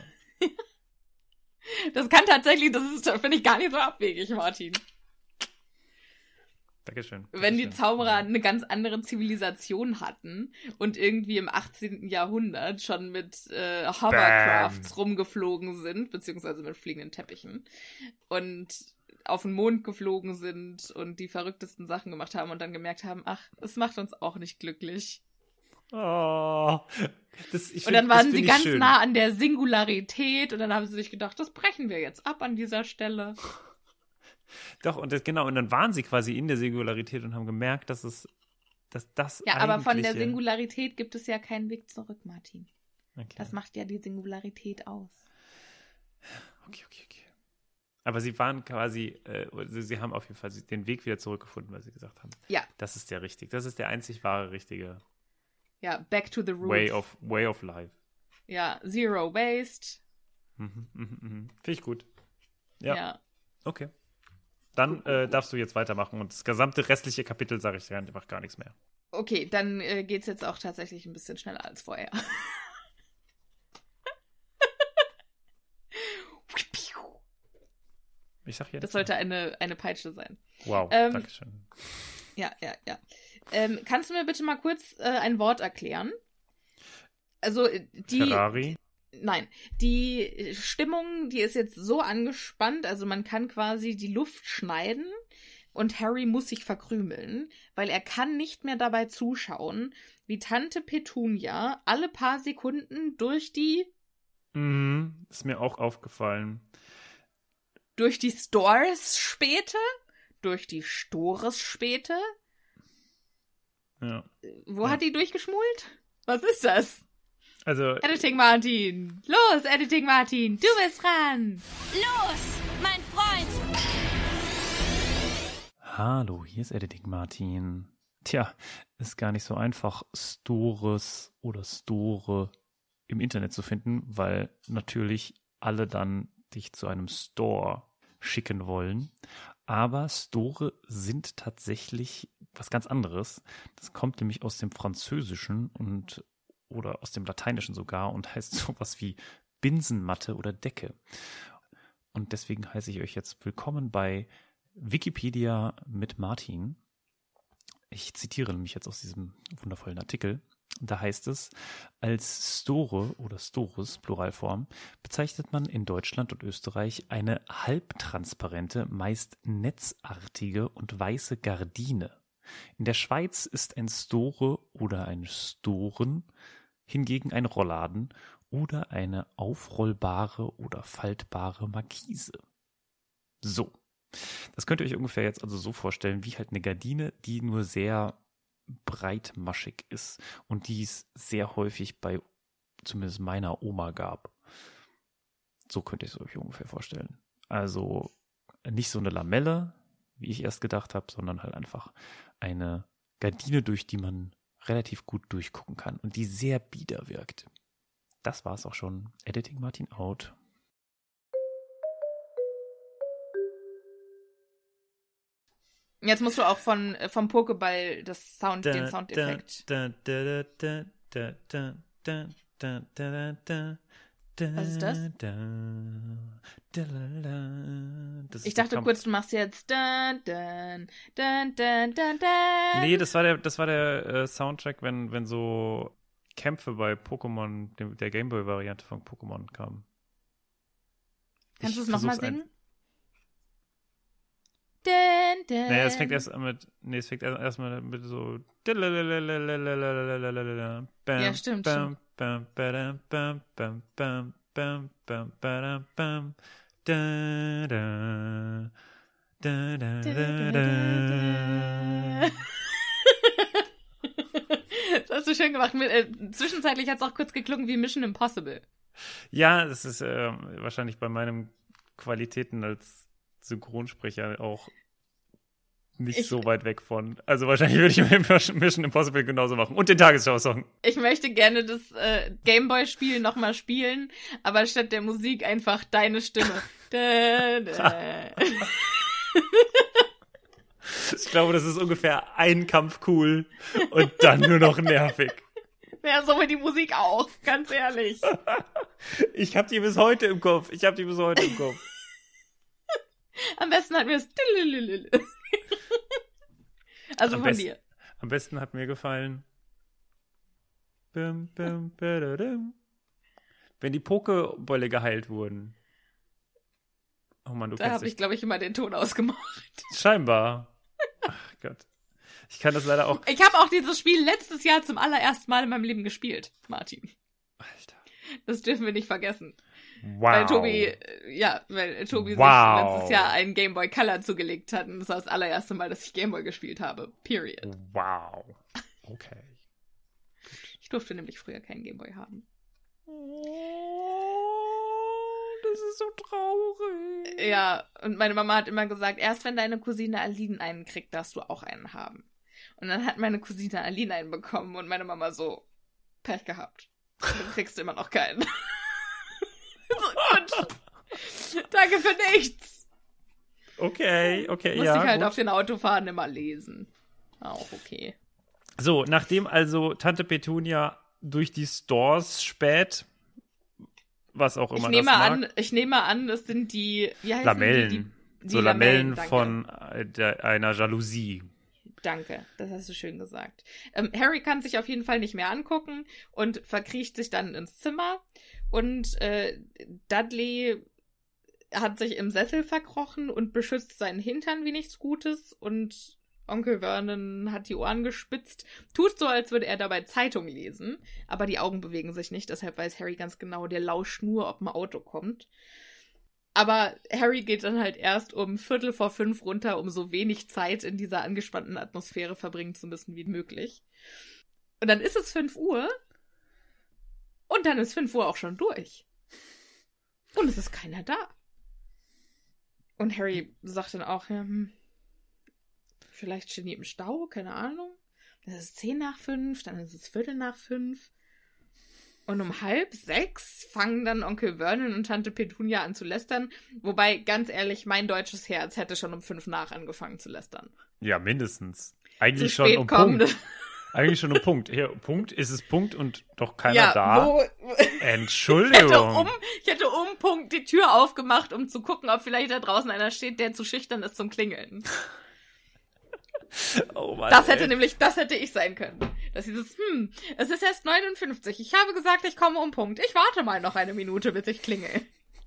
Das kann tatsächlich, das ist, finde ich, gar nicht so abwegig, Martin. Dankeschön. Wenn die Dankeschön. Zauberer eine ganz andere Zivilisation hatten und irgendwie im achtzehnten. Jahrhundert schon mit äh, Hovercrafts Bam. rumgeflogen sind, beziehungsweise mit fliegenden Teppichen und auf den Mond geflogen sind und die verrücktesten Sachen gemacht haben und dann gemerkt haben, ach, es macht uns auch nicht glücklich. Oh, das, ich Und find, dann waren das sie find ich ganz schön. nah an der Singularität und dann haben sie sich gedacht, das brechen wir jetzt ab an dieser Stelle. Doch, und das, genau, und dann waren sie quasi in der Singularität und haben gemerkt, dass es, dass das Ja, aber von der eigentliche- Singularität gibt es ja keinen Weg zurück, Martin. Okay. Das macht ja die Singularität aus. Okay, okay, okay. Aber sie waren quasi, äh, sie, sie haben auf jeden Fall den Weg wieder zurückgefunden, weil sie gesagt haben, Ja. das ist der richtige, das ist der einzig wahre, richtige Ja, back to the roots. Way of, way of life. Ja, zero waste. Mhm, mhm, mhm. Finde ich gut. Ja, Ja. okay. Dann äh, darfst du jetzt weitermachen und das gesamte restliche Kapitel sage ich dir einfach gar nichts mehr. Okay, dann äh, geht's jetzt auch tatsächlich ein bisschen schneller als vorher. Ich sag jetzt. Das sollte eine, eine Peitsche sein. Wow, Ähm, Dankeschön. Ja, ja, ja. Ähm, kannst du mir bitte mal kurz äh, ein Wort erklären? Also, äh, die. Ferrari. Nein, die Stimmung, die ist jetzt so angespannt, also man kann quasi die Luft schneiden und Harry muss sich verkrümeln, weil er kann nicht mehr dabei zuschauen, wie Tante Petunia alle paar Sekunden durch die Mhm, ist mir auch aufgefallen. durch die Stores-Späte, durch die Stores-Späte. Ja. Wo Ja. hat die durchgeschmult? Was ist das? Also, Editing Martin. Los, Editing Martin, du bist dran. Los, mein Freund! hallo, hier ist Editing Martin. Tja, ist gar nicht so einfach, Stores oder Store im Internet zu finden, weil natürlich alle dann dich zu einem Store schicken wollen. Aber Store sind tatsächlich was ganz anderes. Das kommt nämlich aus dem Französischen und oder aus dem Lateinischen sogar und heißt sowas wie Binsenmatte oder Decke. Und deswegen heiße ich euch jetzt willkommen bei Wikipedia mit Martin. Ich zitiere nämlich jetzt aus diesem wundervollen Artikel. Da heißt es, als Store oder Stores, Pluralform, bezeichnet man in Deutschland und Österreich eine halbtransparente, meist netzartige und weiße Gardine. In der Schweiz ist ein Store oder ein Storen hingegen ein Rollladen oder eine aufrollbare oder faltbare Markise. So, das könnt ihr euch ungefähr jetzt also so vorstellen, wie halt eine Gardine, die nur sehr breitmaschig ist und die es sehr häufig bei zumindest meiner Oma gab. So könnt ihr es euch ungefähr vorstellen. Also nicht so eine Lamelle, wie ich erst gedacht habe, sondern halt einfach eine Gardine, durch die man relativ gut durchgucken kann und die sehr bieder wirkt. Das war's auch schon. Editing Martin out. Jetzt musst du auch von, äh, vom Pokéball das Sound, den Soundeffekt. Was ist das? das Ich dachte kurz, du machst jetzt dun, dun, dun, dun, dun, dun. Nee, das war der, das war der äh, Soundtrack, wenn, wenn so Kämpfe bei Pokémon, dem, der Gameboy-Variante von Pokémon kamen. Kannst Ich du es nochmal versuch's ein- singen? Dun, dun. Naja, es fängt erst mit, nee, es fängt erst erstmal mit so. Ja, stimmt, Bam, bam, badam, bam, bam, bam, bam, bam, badam, bam. Da, da, da, da, da, da. Das hast du schön gemacht. Mit, äh, zwischenzeitlich hat es auch kurz geklungen wie Mission Impossible. Ja, das ist äh, wahrscheinlich bei meinen Qualitäten als Synchronsprecher auch nicht Ich- so weit weg von. Also wahrscheinlich würde ich mit Mission Impossible genauso machen. Und den Tagesschau-Song. Ich möchte gerne das äh, Gameboy-Spiel nochmal spielen, aber statt der Musik einfach deine Stimme. Da, da. Ich glaube, das ist ungefähr ein Kampf cool und dann nur noch nervig. Ja, so wie die Musik auch, ganz ehrlich. Ich hab die bis heute im Kopf. Ich hab die bis heute im Kopf. Am besten hat mir das Also am von best, dir. Am besten hat mir gefallen bim, bim, bim, wenn die Pokebälle geheilt wurden. Oh Mann, du Da kennst habe dich. ich, glaube ich, immer den Ton ausgemacht. Scheinbar. Ach Gott. Ich kann das leider auch... Ich habe auch dieses Spiel letztes Jahr zum allerersten Mal in meinem Leben gespielt, Martin. Alter. Das dürfen wir nicht vergessen. Wow. Weil Tobi, ja, weil Tobi Wow. sich letztes Jahr einen Game Boy Color zugelegt hat. Und das war das allererste Mal, dass ich Game Boy gespielt habe. Period. Wow. Okay. Ich durfte nämlich früher keinen Game Boy haben. Das ist so traurig. Ja, und meine Mama hat immer gesagt, erst wenn deine Cousine Aline einen kriegt, darfst du auch einen haben. Und dann hat meine Cousine Aline einen bekommen und meine Mama so, Pech gehabt. Du kriegst immer noch keinen. So, gut. Danke für nichts. Okay, okay, Musste ja. ich halt gut. auf den Autofahren immer lesen. Auch okay. So, nachdem also Tante Petunia durch die Stores späht, was auch immer Ich nehme das mag, an, ich nehme an, es sind die, wie heißen Lamellen. die? die, die so Lamellen, danke. von äh, der, einer Jalousie. Danke, das hast du schön gesagt. Ähm, Harry kann sich auf jeden Fall nicht mehr angucken und verkriecht sich dann ins Zimmer. Und äh, Dudley hat sich im Sessel verkrochen und beschützt seinen Hintern wie nichts Gutes. Und Onkel Vernon hat die Ohren gespitzt, tut so, als würde er dabei Zeitung lesen. Aber die Augen bewegen sich nicht, deshalb weiß Harry ganz genau, der lauscht nur, ob ein Auto kommt. Aber Harry geht dann halt erst um Viertel vor fünf runter, um so wenig Zeit in dieser angespannten Atmosphäre verbringen zu müssen wie möglich. Und dann ist es fünf Uhr. Und dann ist fünf Uhr auch schon durch. Und es ist keiner da. Und Harry sagt dann auch, ja, hm, vielleicht stehen die im Stau, keine Ahnung. Dann ist es zehn nach fünf, dann ist es Viertel nach fünf. Und um halb sechs fangen dann Onkel Vernon und Tante Petunia an zu lästern. Wobei, ganz ehrlich, mein deutsches Herz hätte schon um fünf nach angefangen zu lästern. Ja, mindestens. Eigentlich Zu schon spät um kommende. Punkt. Eigentlich schon um Punkt. Hier, Punkt, ist es Punkt und doch keiner ja, da. Wo, Entschuldigung. ich, hätte um, ich hätte um Punkt die Tür aufgemacht, um zu gucken, ob vielleicht da draußen einer steht, der zu schüchtern ist zum Klingeln. Oh Mann, Das hätte ey. nämlich, das hätte ich sein können. Dass dieses, hm, es ist erst neunundfünfzig. Ich habe gesagt, ich komme um Punkt. Ich warte mal noch eine Minute, bis ich klingel.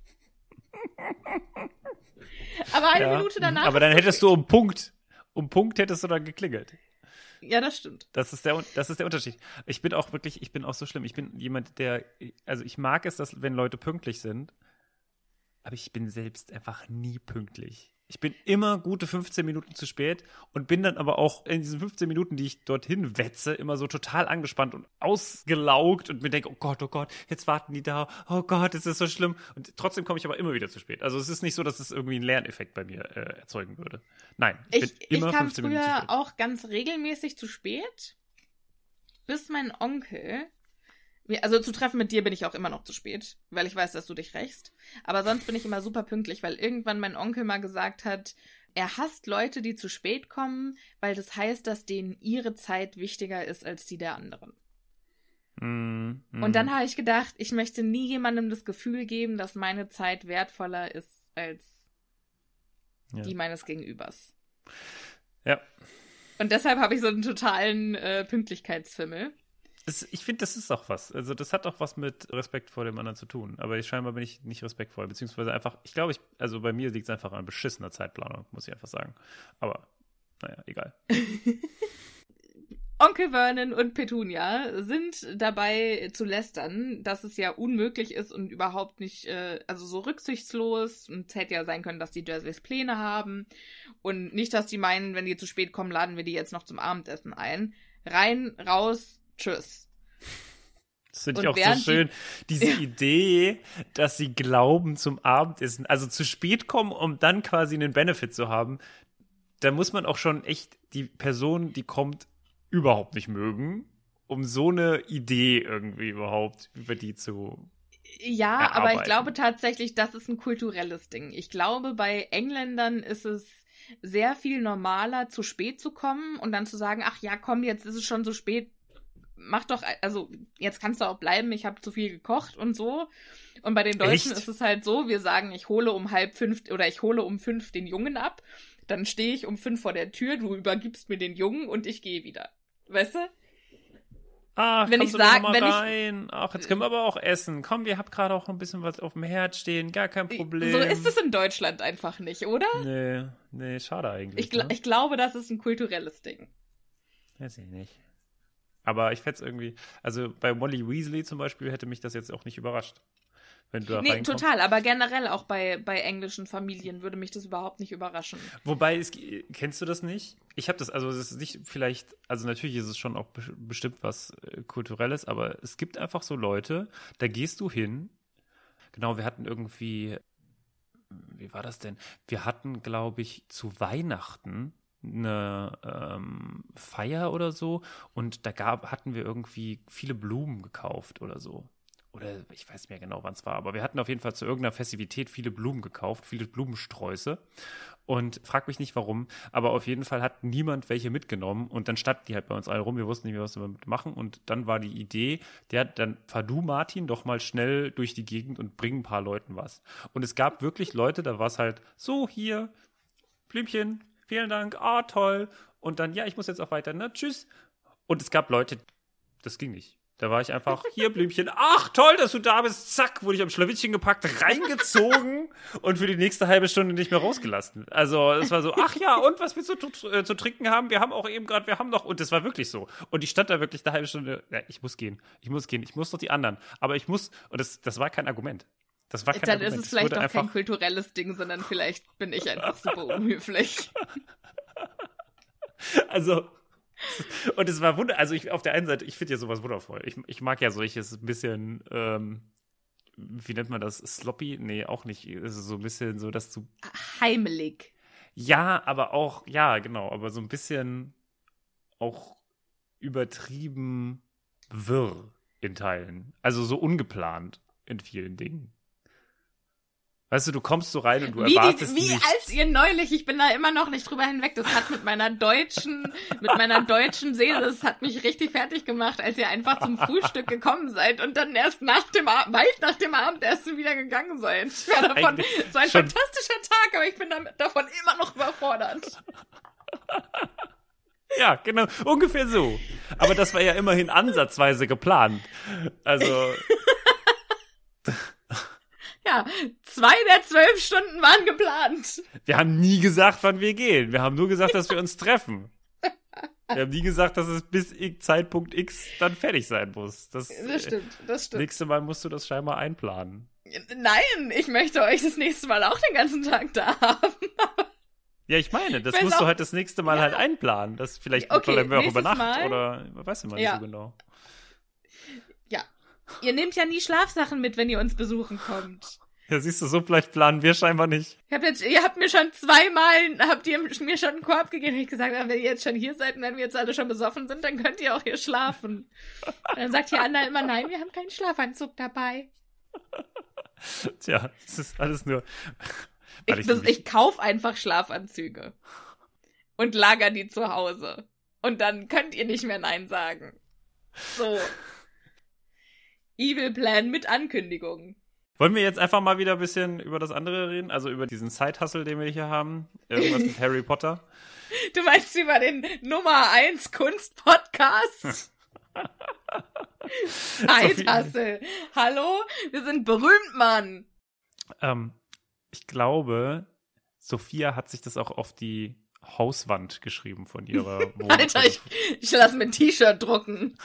Aber eine Ja, Minute danach. aber dann ist hättest zu du um Punkt, um Punkt hättest du dann geklingelt. spät. Ja, das stimmt. Das ist der, das ist der Unterschied. Ich bin auch wirklich, ich bin auch so schlimm. Ich bin jemand, der, also ich mag es, dass, wenn Leute pünktlich sind, aber ich bin selbst einfach nie pünktlich. Ich bin immer gute fünfzehn Minuten zu spät und bin dann aber auch in diesen fünfzehn Minuten, die ich dorthin wetze, immer so total angespannt und ausgelaugt und mir denke, oh Gott, oh Gott, jetzt warten die da, oh Gott, es ist so schlimm. Und trotzdem komme ich aber immer wieder zu spät. Also es ist nicht so, dass es irgendwie einen Lerneffekt bei mir äh, erzeugen würde. Nein, ich, Ich, bin immer ich kam fünfzehn Minuten zu früher spät. auch ganz regelmäßig zu spät, bis mein Onkel, also zu Treffen mit dir bin ich auch immer noch zu spät, weil ich weiß, dass du dich rächst. Aber sonst bin ich immer super pünktlich, weil irgendwann mein Onkel mal gesagt hat, er hasst Leute, die zu spät kommen, weil das heißt, dass denen ihre Zeit wichtiger ist als die der anderen. Mm, mm. Und dann habe ich gedacht, ich möchte nie jemandem das Gefühl geben, dass meine Zeit wertvoller ist als Ja. die meines Gegenübers. Ja. Und deshalb habe ich so einen totalen äh, Pünktlichkeitsfimmel. Es, ich finde, das ist auch was. Also das hat auch was mit Respekt vor dem anderen zu tun. Aber ich, scheinbar bin ich nicht respektvoll. Beziehungsweise einfach, ich glaube, ich, also bei mir liegt es einfach an beschissener Zeitplanung, muss ich einfach sagen. Aber, naja, egal. Onkel Vernon und Petunia sind dabei zu lästern, dass es ja unmöglich ist und überhaupt nicht, äh, also so rücksichtslos. Und es hätte ja sein können, dass die Dursleys Pläne haben. Und nicht, dass die meinen, wenn die zu spät kommen, laden wir die jetzt noch zum Abendessen ein. Rein, raus, tschüss. Das finde ich Und auch so während schön. die- Diese Ja. Idee, dass sie glauben zum Abendessen, also zu spät kommen, um dann quasi einen Benefit zu haben, da muss man auch schon echt die Person, die kommt, überhaupt nicht mögen, um so eine Idee irgendwie überhaupt über die zu... Ja, erarbeiten. aber ich glaube tatsächlich, das ist ein kulturelles Ding. Ich glaube, bei Engländern ist es sehr viel normaler, zu spät zu kommen und dann zu sagen, ach ja, komm, jetzt ist es schon so spät, mach doch, also jetzt kannst du auch bleiben, ich habe zu viel gekocht und so. Und bei den Deutschen Echt? ist es halt so, wir sagen, ich hole um halb fünf oder ich hole um fünf den Jungen ab, dann stehe ich um fünf vor der Tür, du übergibst mir den Jungen und ich gehe wieder. Weißt du? Ach, wenn komm ich so sag, noch mal wenn rein. Ach, jetzt können wir aber auch essen. Komm, ihr habt gerade auch ein bisschen was auf dem Herd stehen, gar kein ich, Problem. so ist es in Deutschland einfach nicht, oder? Nee, nee, schade eigentlich. Ich, gl- ne? ich glaube, das ist ein kulturelles Ding. Weiß ich nicht. Aber ich fände es irgendwie, also bei Molly Weasley zum Beispiel hätte mich das jetzt auch nicht überrascht. Wenn du da Nee, reinkommst. total, aber generell auch bei, bei englischen Familien würde mich das überhaupt nicht überraschen. Wobei, es, kennst du das nicht? Ich habe das, also es ist nicht vielleicht, also natürlich ist es schon auch be- bestimmt was äh, Kulturelles, aber es gibt einfach so Leute, da gehst du hin. Genau, wir hatten irgendwie, wie war das denn? Wir hatten, glaube ich, zu Weihnachten eine ähm, Feier oder so und da gab, hatten wir irgendwie viele Blumen gekauft oder so. Oder ich weiß nicht mehr genau, wann es war, aber wir hatten auf jeden Fall zu irgendeiner Festivität viele Blumen gekauft, viele Blumensträuße. Und frag mich nicht warum, aber auf jeden Fall hat niemand welche mitgenommen und dann standen die halt bei uns alle rum, wir wussten nicht mehr, was wir damit machen und dann war die Idee, der dann fahr du, Martin, doch mal schnell durch die Gegend und bring ein paar Leuten was. Und es gab wirklich Leute, da war es halt so, hier, Blümchen, vielen Dank, ah, toll. Und dann, ja, ich muss jetzt auch weiter, ne, tschüss. Und es gab Leute, das ging nicht. Da war ich einfach, hier Blümchen, ach toll, dass du da bist, zack, wurde ich am Schlawittchen gepackt, reingezogen und für die nächste halbe Stunde nicht mehr rausgelassen. Also es war so, ach ja, und was willst du zu, äh, zu trinken haben? Wir haben auch eben gerade, wir haben noch, und das war wirklich so. Und die stand da wirklich eine halbe Stunde, ja, ich muss gehen, ich muss gehen, ich muss noch die anderen, aber ich muss, und das, das war kein Argument. Das war kein Dann Argument. ist es vielleicht wurde doch einfach, kein kulturelles Ding, sondern vielleicht bin ich einfach super unhöflich. Also, und es war wunder, also ich auf der einen Seite, ich finde ja sowas wundervoll. Ich, ich mag ja solches ein bisschen, ähm, wie nennt man das? Sloppy? Nee, auch nicht. Es ist so ein bisschen so, dass du. Heimelig. Ja, aber auch, ja, genau, aber so ein bisschen auch übertrieben wirr in Teilen. Also so ungeplant in vielen Dingen. Weißt du, du kommst so rein und du Wie, erwartest die, wie nichts. als ihr neulich, ich bin da immer noch nicht drüber hinweg, das hat mit meiner deutschen, mit meiner deutschen Seele, das hat mich richtig fertig gemacht, als ihr einfach zum Frühstück gekommen seid und dann erst nach dem Ab- weit nach dem Abendessen wieder gegangen seid. Ich war davon, Eigentlich so ein schon- fantastischer Tag, aber ich bin damit, davon immer noch überfordert. Ja, genau, ungefähr so. Aber das war ja immerhin ansatzweise geplant. Also, Ja, zwei der zwölf Stunden waren geplant. wir haben nie gesagt, wann wir gehen. Wir haben nur gesagt, dass wir uns treffen. Wir haben nie gesagt, dass es bis X- Zeitpunkt X dann fertig sein muss. Das, Das stimmt, das äh, stimmt. nächste Mal musst du das scheinbar einplanen. Nein, ich möchte euch das nächste Mal auch den ganzen Tag da haben. Ja, ich meine, das Ich weiß musst du auch- halt das nächste Mal Ja. halt einplanen. Das vielleicht Okay, bleiben wir auch über nächstes Nacht Mal. oder weiß ich mal Ja. nicht so genau. Ja. Ihr nehmt ja nie Schlafsachen mit, wenn ihr uns besuchen kommt. Ja, siehst du, so vielleicht planen wir scheinbar nicht. Ich hab jetzt, ihr habt mir schon zweimal, habt ihr mir schon einen Korb gegeben, und ich gesagt, wenn ihr jetzt schon hier seid und wenn wir jetzt alle schon besoffen sind, dann könnt ihr auch hier schlafen. Und dann sagt hier Anna immer, nein, wir haben keinen Schlafanzug dabei. Tja, es ist alles nur. Ich, weil ich, nicht- ich kauf einfach Schlafanzüge. Und lager die zu Hause. Und dann könnt ihr nicht mehr Nein sagen. So. Evil Plan mit Ankündigung. Wollen wir jetzt einfach mal wieder ein bisschen über das andere reden? Also über diesen Side-Hustle, den wir hier haben? Irgendwas mit Harry Potter? Du meinst über den Nummer eins Kunst-Podcast? Zeithassel. Hallo? Wir sind berühmt, Mann. Ähm, ich glaube, Sophia hat sich das auch auf die Hauswand geschrieben von ihrer Wohnung. Alter, ich, ich lass mir ein T-Shirt drucken.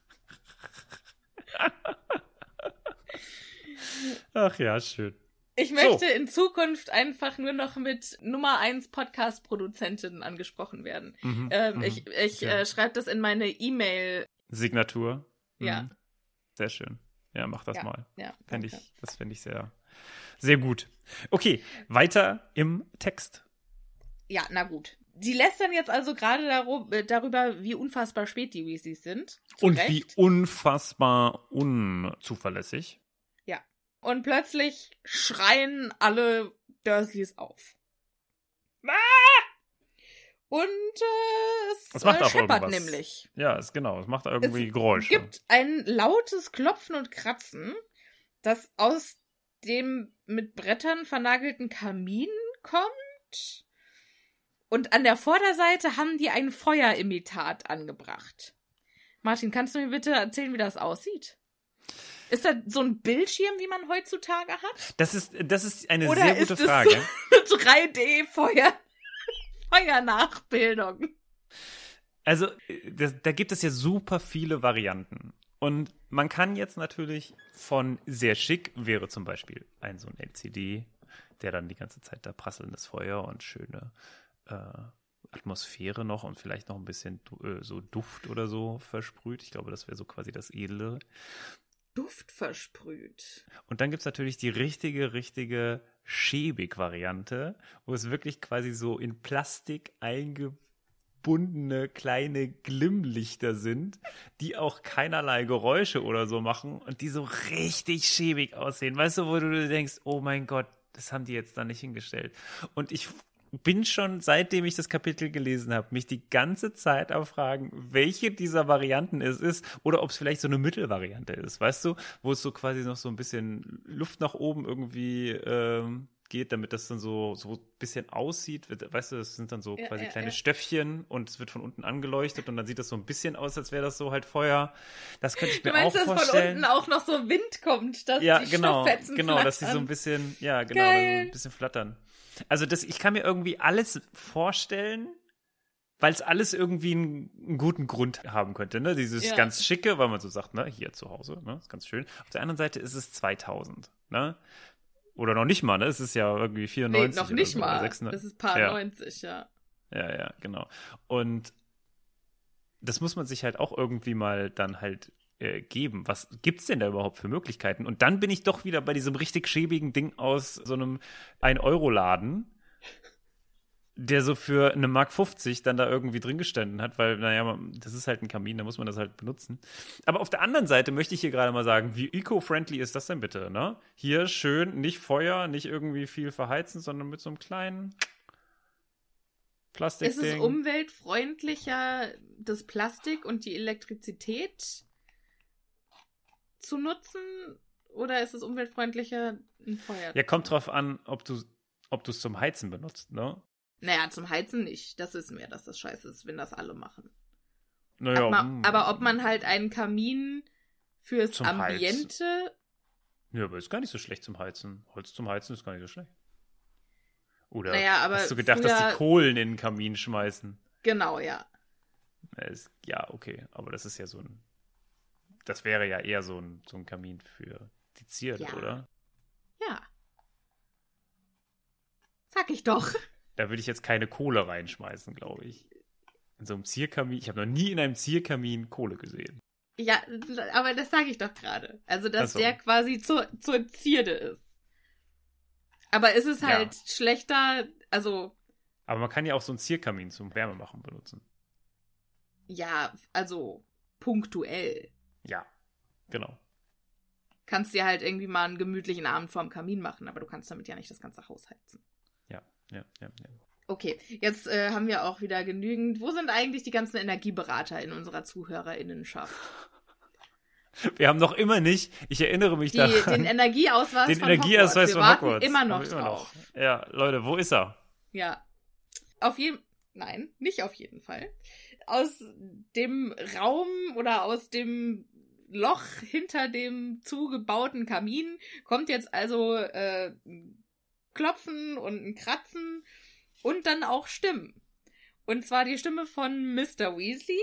Ach ja, schön. Ich möchte in Zukunft einfach nur noch mit Nummer eins Podcast-Produzentinnen angesprochen werden. Mhm, Ähm, mhm. Ich, ich Ja. äh, schreibe das in meine E-Mail. Signatur. Mhm. Ja. Sehr schön. Ja, mach das Ja, mal. Ja, Fänd danke. ich, das fände ich sehr, sehr gut. Okay, weiter im Text. Ja, na gut. Sie lästern jetzt also gerade darum, äh, darüber, wie unfassbar spät die Weasleys sind. Zu Und Recht. wie unfassbar unzuverlässig. Und plötzlich schreien alle Dursleys auf. Und äh, es, es macht äh, auch scheppert irgendwas. nämlich. Ja, es, genau, es macht irgendwie Es Geräusche. gibt ein lautes Klopfen und Kratzen, das aus dem mit Brettern vernagelten Kamin kommt. Und an der Vorderseite haben die ein Feuerimitat angebracht. Martin, kannst du mir bitte erzählen, wie das aussieht? Ist das so ein Bildschirm, wie man heutzutage hat? Das ist, das ist eine Oder sehr gute ist es Frage. so eine drei D-Feuer, Feuernachbildung? Also, das, da gibt es ja super viele Varianten. Und man kann jetzt natürlich von sehr schick, wäre zum Beispiel ein so ein L C D, der dann die ganze Zeit da prasselndes Feuer und schöne äh, Atmosphäre noch und vielleicht noch ein bisschen äh, so Duft oder so versprüht. Ich glaube, das wäre so quasi das Edle. Duft versprüht. Und dann gibt es natürlich die richtige, richtige Schäbig-Variante, wo es wirklich quasi so in Plastik eingebundene kleine Glimmlichter sind, die auch keinerlei Geräusche oder so machen und die so richtig schäbig aussehen. Weißt du, wo du dir denkst, oh mein Gott, das haben die jetzt da nicht hingestellt. Und ich bin schon, seitdem ich das Kapitel gelesen habe, mich die ganze Zeit am Fragen, welche dieser Varianten es ist oder ob es vielleicht so eine Mittelvariante ist, weißt du, wo es so quasi noch so ein bisschen Luft nach oben irgendwie ähm, geht, damit das dann so, so ein bisschen aussieht. Weißt du, das sind dann so Ja, quasi ja, kleine ja. Stöffchen und es wird von unten angeleuchtet und dann sieht das so ein bisschen aus, als wäre das so halt Feuer. Das könnte ich Du mir meinst, auch dass vorstellen. von unten auch noch so Wind kommt, dass Ja, die genau, Stofffetzen genau, dass die so ein flattern? bisschen, ja, genau, Geil. dass sie ein bisschen flattern. Also das, ich kann mir irgendwie alles vorstellen, weil es alles irgendwie einen, einen guten Grund haben könnte, ne? Dieses Ja. ganz schicke, weil man so sagt, ne, hier zu Hause, ne, ist ganz schön. Auf der anderen Seite ist es zweitausend, ne? Oder noch nicht mal, ne? Es ist ja irgendwie Nee, vierundneunzig noch oder nicht so, oder mal. sechshundert. Das ist paar Ja. neunzig, ja. Ja, ja, genau. Und das muss man sich halt auch irgendwie mal dann halt äh, geben. Was gibt's denn da überhaupt für Möglichkeiten? Und dann bin ich doch wieder bei diesem richtig schäbigen Ding aus so einem ein-Euro-Laden, der so für eine Mark fünfzig dann da irgendwie drin gestanden hat, weil, naja, man- das ist halt ein Kamin, da muss man das halt benutzen. Aber auf der anderen Seite möchte ich hier gerade mal sagen, wie eco-friendly ist das denn bitte, ne? Hier schön, nicht Feuer, nicht irgendwie viel verheizen, sondern mit so einem kleinen Plastikding. Ist es umweltfreundlicher, das Plastik und die Elektrizität zu nutzen? Oder ist es umweltfreundlicher, ein Feuer? Ja, kommt drauf an, ob du ob du es zum Heizen benutzt, ne? Naja, zum Heizen nicht. Das wissen wir, dass das scheiße ist, wenn das alle machen. Naja, aber, hm. aber ob man halt einen Kamin fürs Zum Ambiente... Ja, aber ist gar nicht so schlecht zum Heizen. Holz zum Heizen ist gar nicht so schlecht. Oder Naja, aber hast du gedacht, dass früher- die Kohlen in den Kamin schmeißen? Genau, ja. Ja, ist, ja, okay, aber das ist ja so ein, das wäre ja eher so ein, so ein Kamin für die Zierde, Ja. oder? Ja. Sag ich doch. Da würde ich jetzt keine Kohle reinschmeißen, glaube ich. In so einem Zierkamin, ich habe noch nie in einem Zierkamin Kohle gesehen. Ja, aber das sage ich doch gerade. Also, dass Ach so. der quasi zur, zur Zierde ist. Aber ist es Ja. halt schlechter, also, Aber man kann ja auch so einen Zierkamin zum Wärmemachen benutzen. ja, also punktuell. Ja, genau. Kannst dir halt irgendwie mal einen gemütlichen Abend vorm Kamin machen, aber du kannst damit ja nicht das ganze Haus heizen. Ja, ja, ja, ja. Okay, jetzt äh, haben wir auch wieder genügend. Wo sind eigentlich die ganzen Energieberater in unserer ZuhörerInnenschaft? Wir haben noch immer nicht, ich erinnere mich Die, daran, den Energieausweis den von Energieausweis Hogwarts. Wir von warten Hogwarts. immer noch Haben wir drauf. Ja, Leute, wo ist er? Ja. Auf jeden Nein, nicht auf jeden Fall. Aus dem Raum oder aus dem Loch hinter dem zugebauten Kamin kommt jetzt also äh, ein Klopfen und ein Kratzen und dann auch Stimmen. Und zwar die Stimme von Mister Weasley,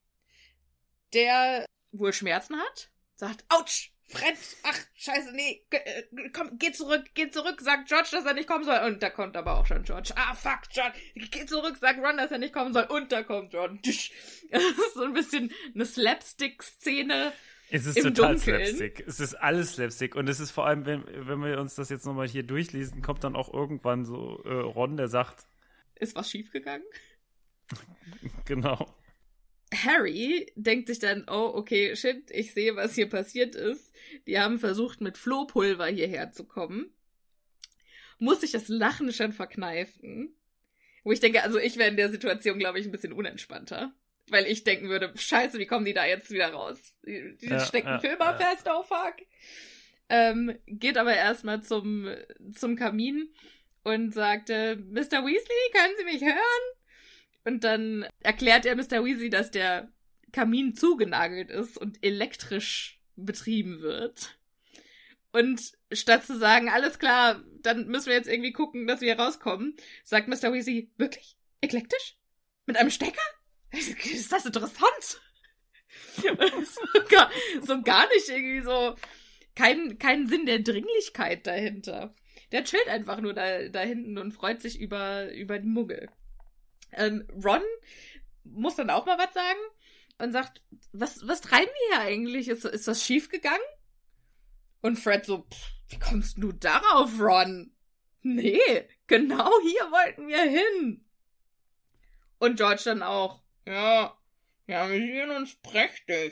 der wohl Schmerzen hat, sagt, Autsch, Fred, ach, scheiße, nee, ge- äh, komm, geh zurück, geh zurück, sagt George, dass er nicht kommen soll. Und da kommt aber auch schon George. Ah, fuck, George, geh zurück, sagt Ron, dass er nicht kommen soll. Und da kommt Ron. Das ist so ein bisschen eine Slapstick-Szene. Es ist Im total Dunkeln. Slapstick. Es ist alles Slapstick. Und es ist vor allem, wenn, wenn wir uns das jetzt nochmal hier durchlesen, kommt dann auch irgendwann so äh, Ron, der sagt, Ist was schiefgegangen? genau. Harry denkt sich dann, oh, okay, shit, ich sehe, was hier passiert ist. Die haben versucht, mit Flohpulver hierher zu kommen. Muss sich das Lachen schon verkneifen, Wo ich denke, also ich wäre in der Situation, glaube ich, ein bisschen unentspannter. Weil ich denken würde, scheiße, wie kommen die da jetzt wieder raus? Die, die ja, stecken ja, Filmer ja. fest, oh fuck. Ähm, geht aber erstmal zum, zum Kamin und sagte, Mister Weasley, können Sie mich hören? Und dann erklärt er Mister Weasley, dass der Kamin zugenagelt ist und elektrisch betrieben wird. Und statt zu sagen, alles klar, dann müssen wir jetzt irgendwie gucken, dass wir hier rauskommen, sagt Mister Weasley, wirklich? Eklektisch? Mit einem Stecker? Ist das interessant? so, gar, so gar nicht irgendwie so, kein, kein Sinn der Dringlichkeit dahinter. Der chillt einfach nur da, da hinten und freut sich über, über die Muggel. Ähm, Ron muss dann auch mal was sagen und sagt, was, was treiben wir hier eigentlich? Ist, ist das schief gegangen? Und Fred so, pff, wie kommst du darauf, Ron? Nee, genau hier wollten wir hin. Und George dann auch, ja, ja, wir sehen uns prächtig.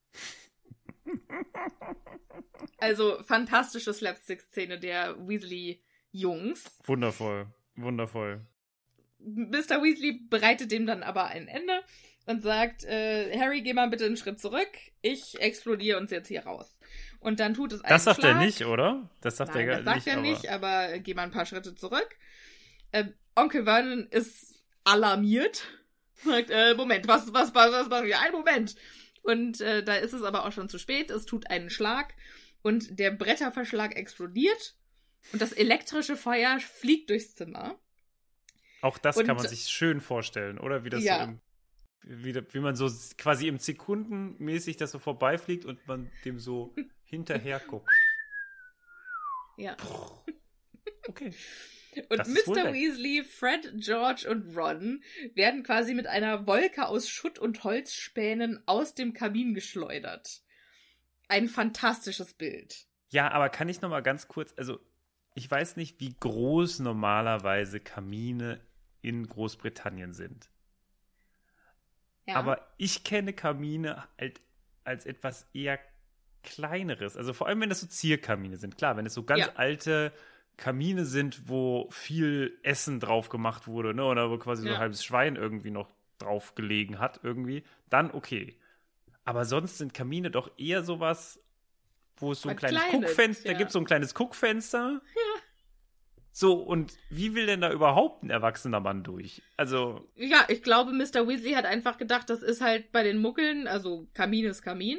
Also, fantastische Slapstick-Szene der Weasley-Jungs. Wundervoll, wundervoll. Mister Weasley bereitet dem dann aber ein Ende und sagt, äh, Harry, geh mal bitte einen Schritt zurück, ich explodiere uns jetzt hier raus. Und dann tut es einen Das sagt Schlag. er nicht, oder? Das sagt Nein, er das nicht. sagt er aber... nicht, aber geh mal ein paar Schritte zurück. Äh, Onkel Vernon ist alarmiert. Sagt, äh, Moment, was, was, was, was machen wir? Ein Moment. Und äh, da ist es aber auch schon zu spät. Es tut einen Schlag und der Bretterverschlag explodiert und das elektrische Feuer fliegt durchs Zimmer. Auch das und, kann man sich schön vorstellen, oder? Wie das ja. so im, wie, wie man so quasi im Sekundenmäßig das so vorbeifliegt und man dem so hinterher guckt. Ja. Okay. Und Mister Weasley, Fred, George und Ron werden quasi mit einer Wolke aus Schutt und Holzspänen aus dem Kamin geschleudert. Ein fantastisches Bild. Ja, aber kann ich noch mal ganz kurz, also ich weiß nicht, wie groß normalerweise Kamine in Großbritannien sind. Ja. Aber ich kenne Kamine halt als etwas eher Kleineres. Also vor allem, wenn das so Zierkamine sind. Klar, wenn es so ganz ja. alte Kamine sind, wo viel Essen drauf gemacht wurde, ne, oder wo quasi ja. so ein halbes Schwein irgendwie noch drauf gelegen hat, irgendwie, dann okay. Aber sonst sind Kamine doch eher sowas, wo es so ein, ein kleines, kleines Guckfenster, ja. da gibt es so ein kleines Guckfenster. Ja. So, und wie will denn da überhaupt ein erwachsener Mann durch? Also. Ja, ich glaube, Mister Weasley hat einfach gedacht, das ist halt bei den Muggeln, also Kamin ist Kamin.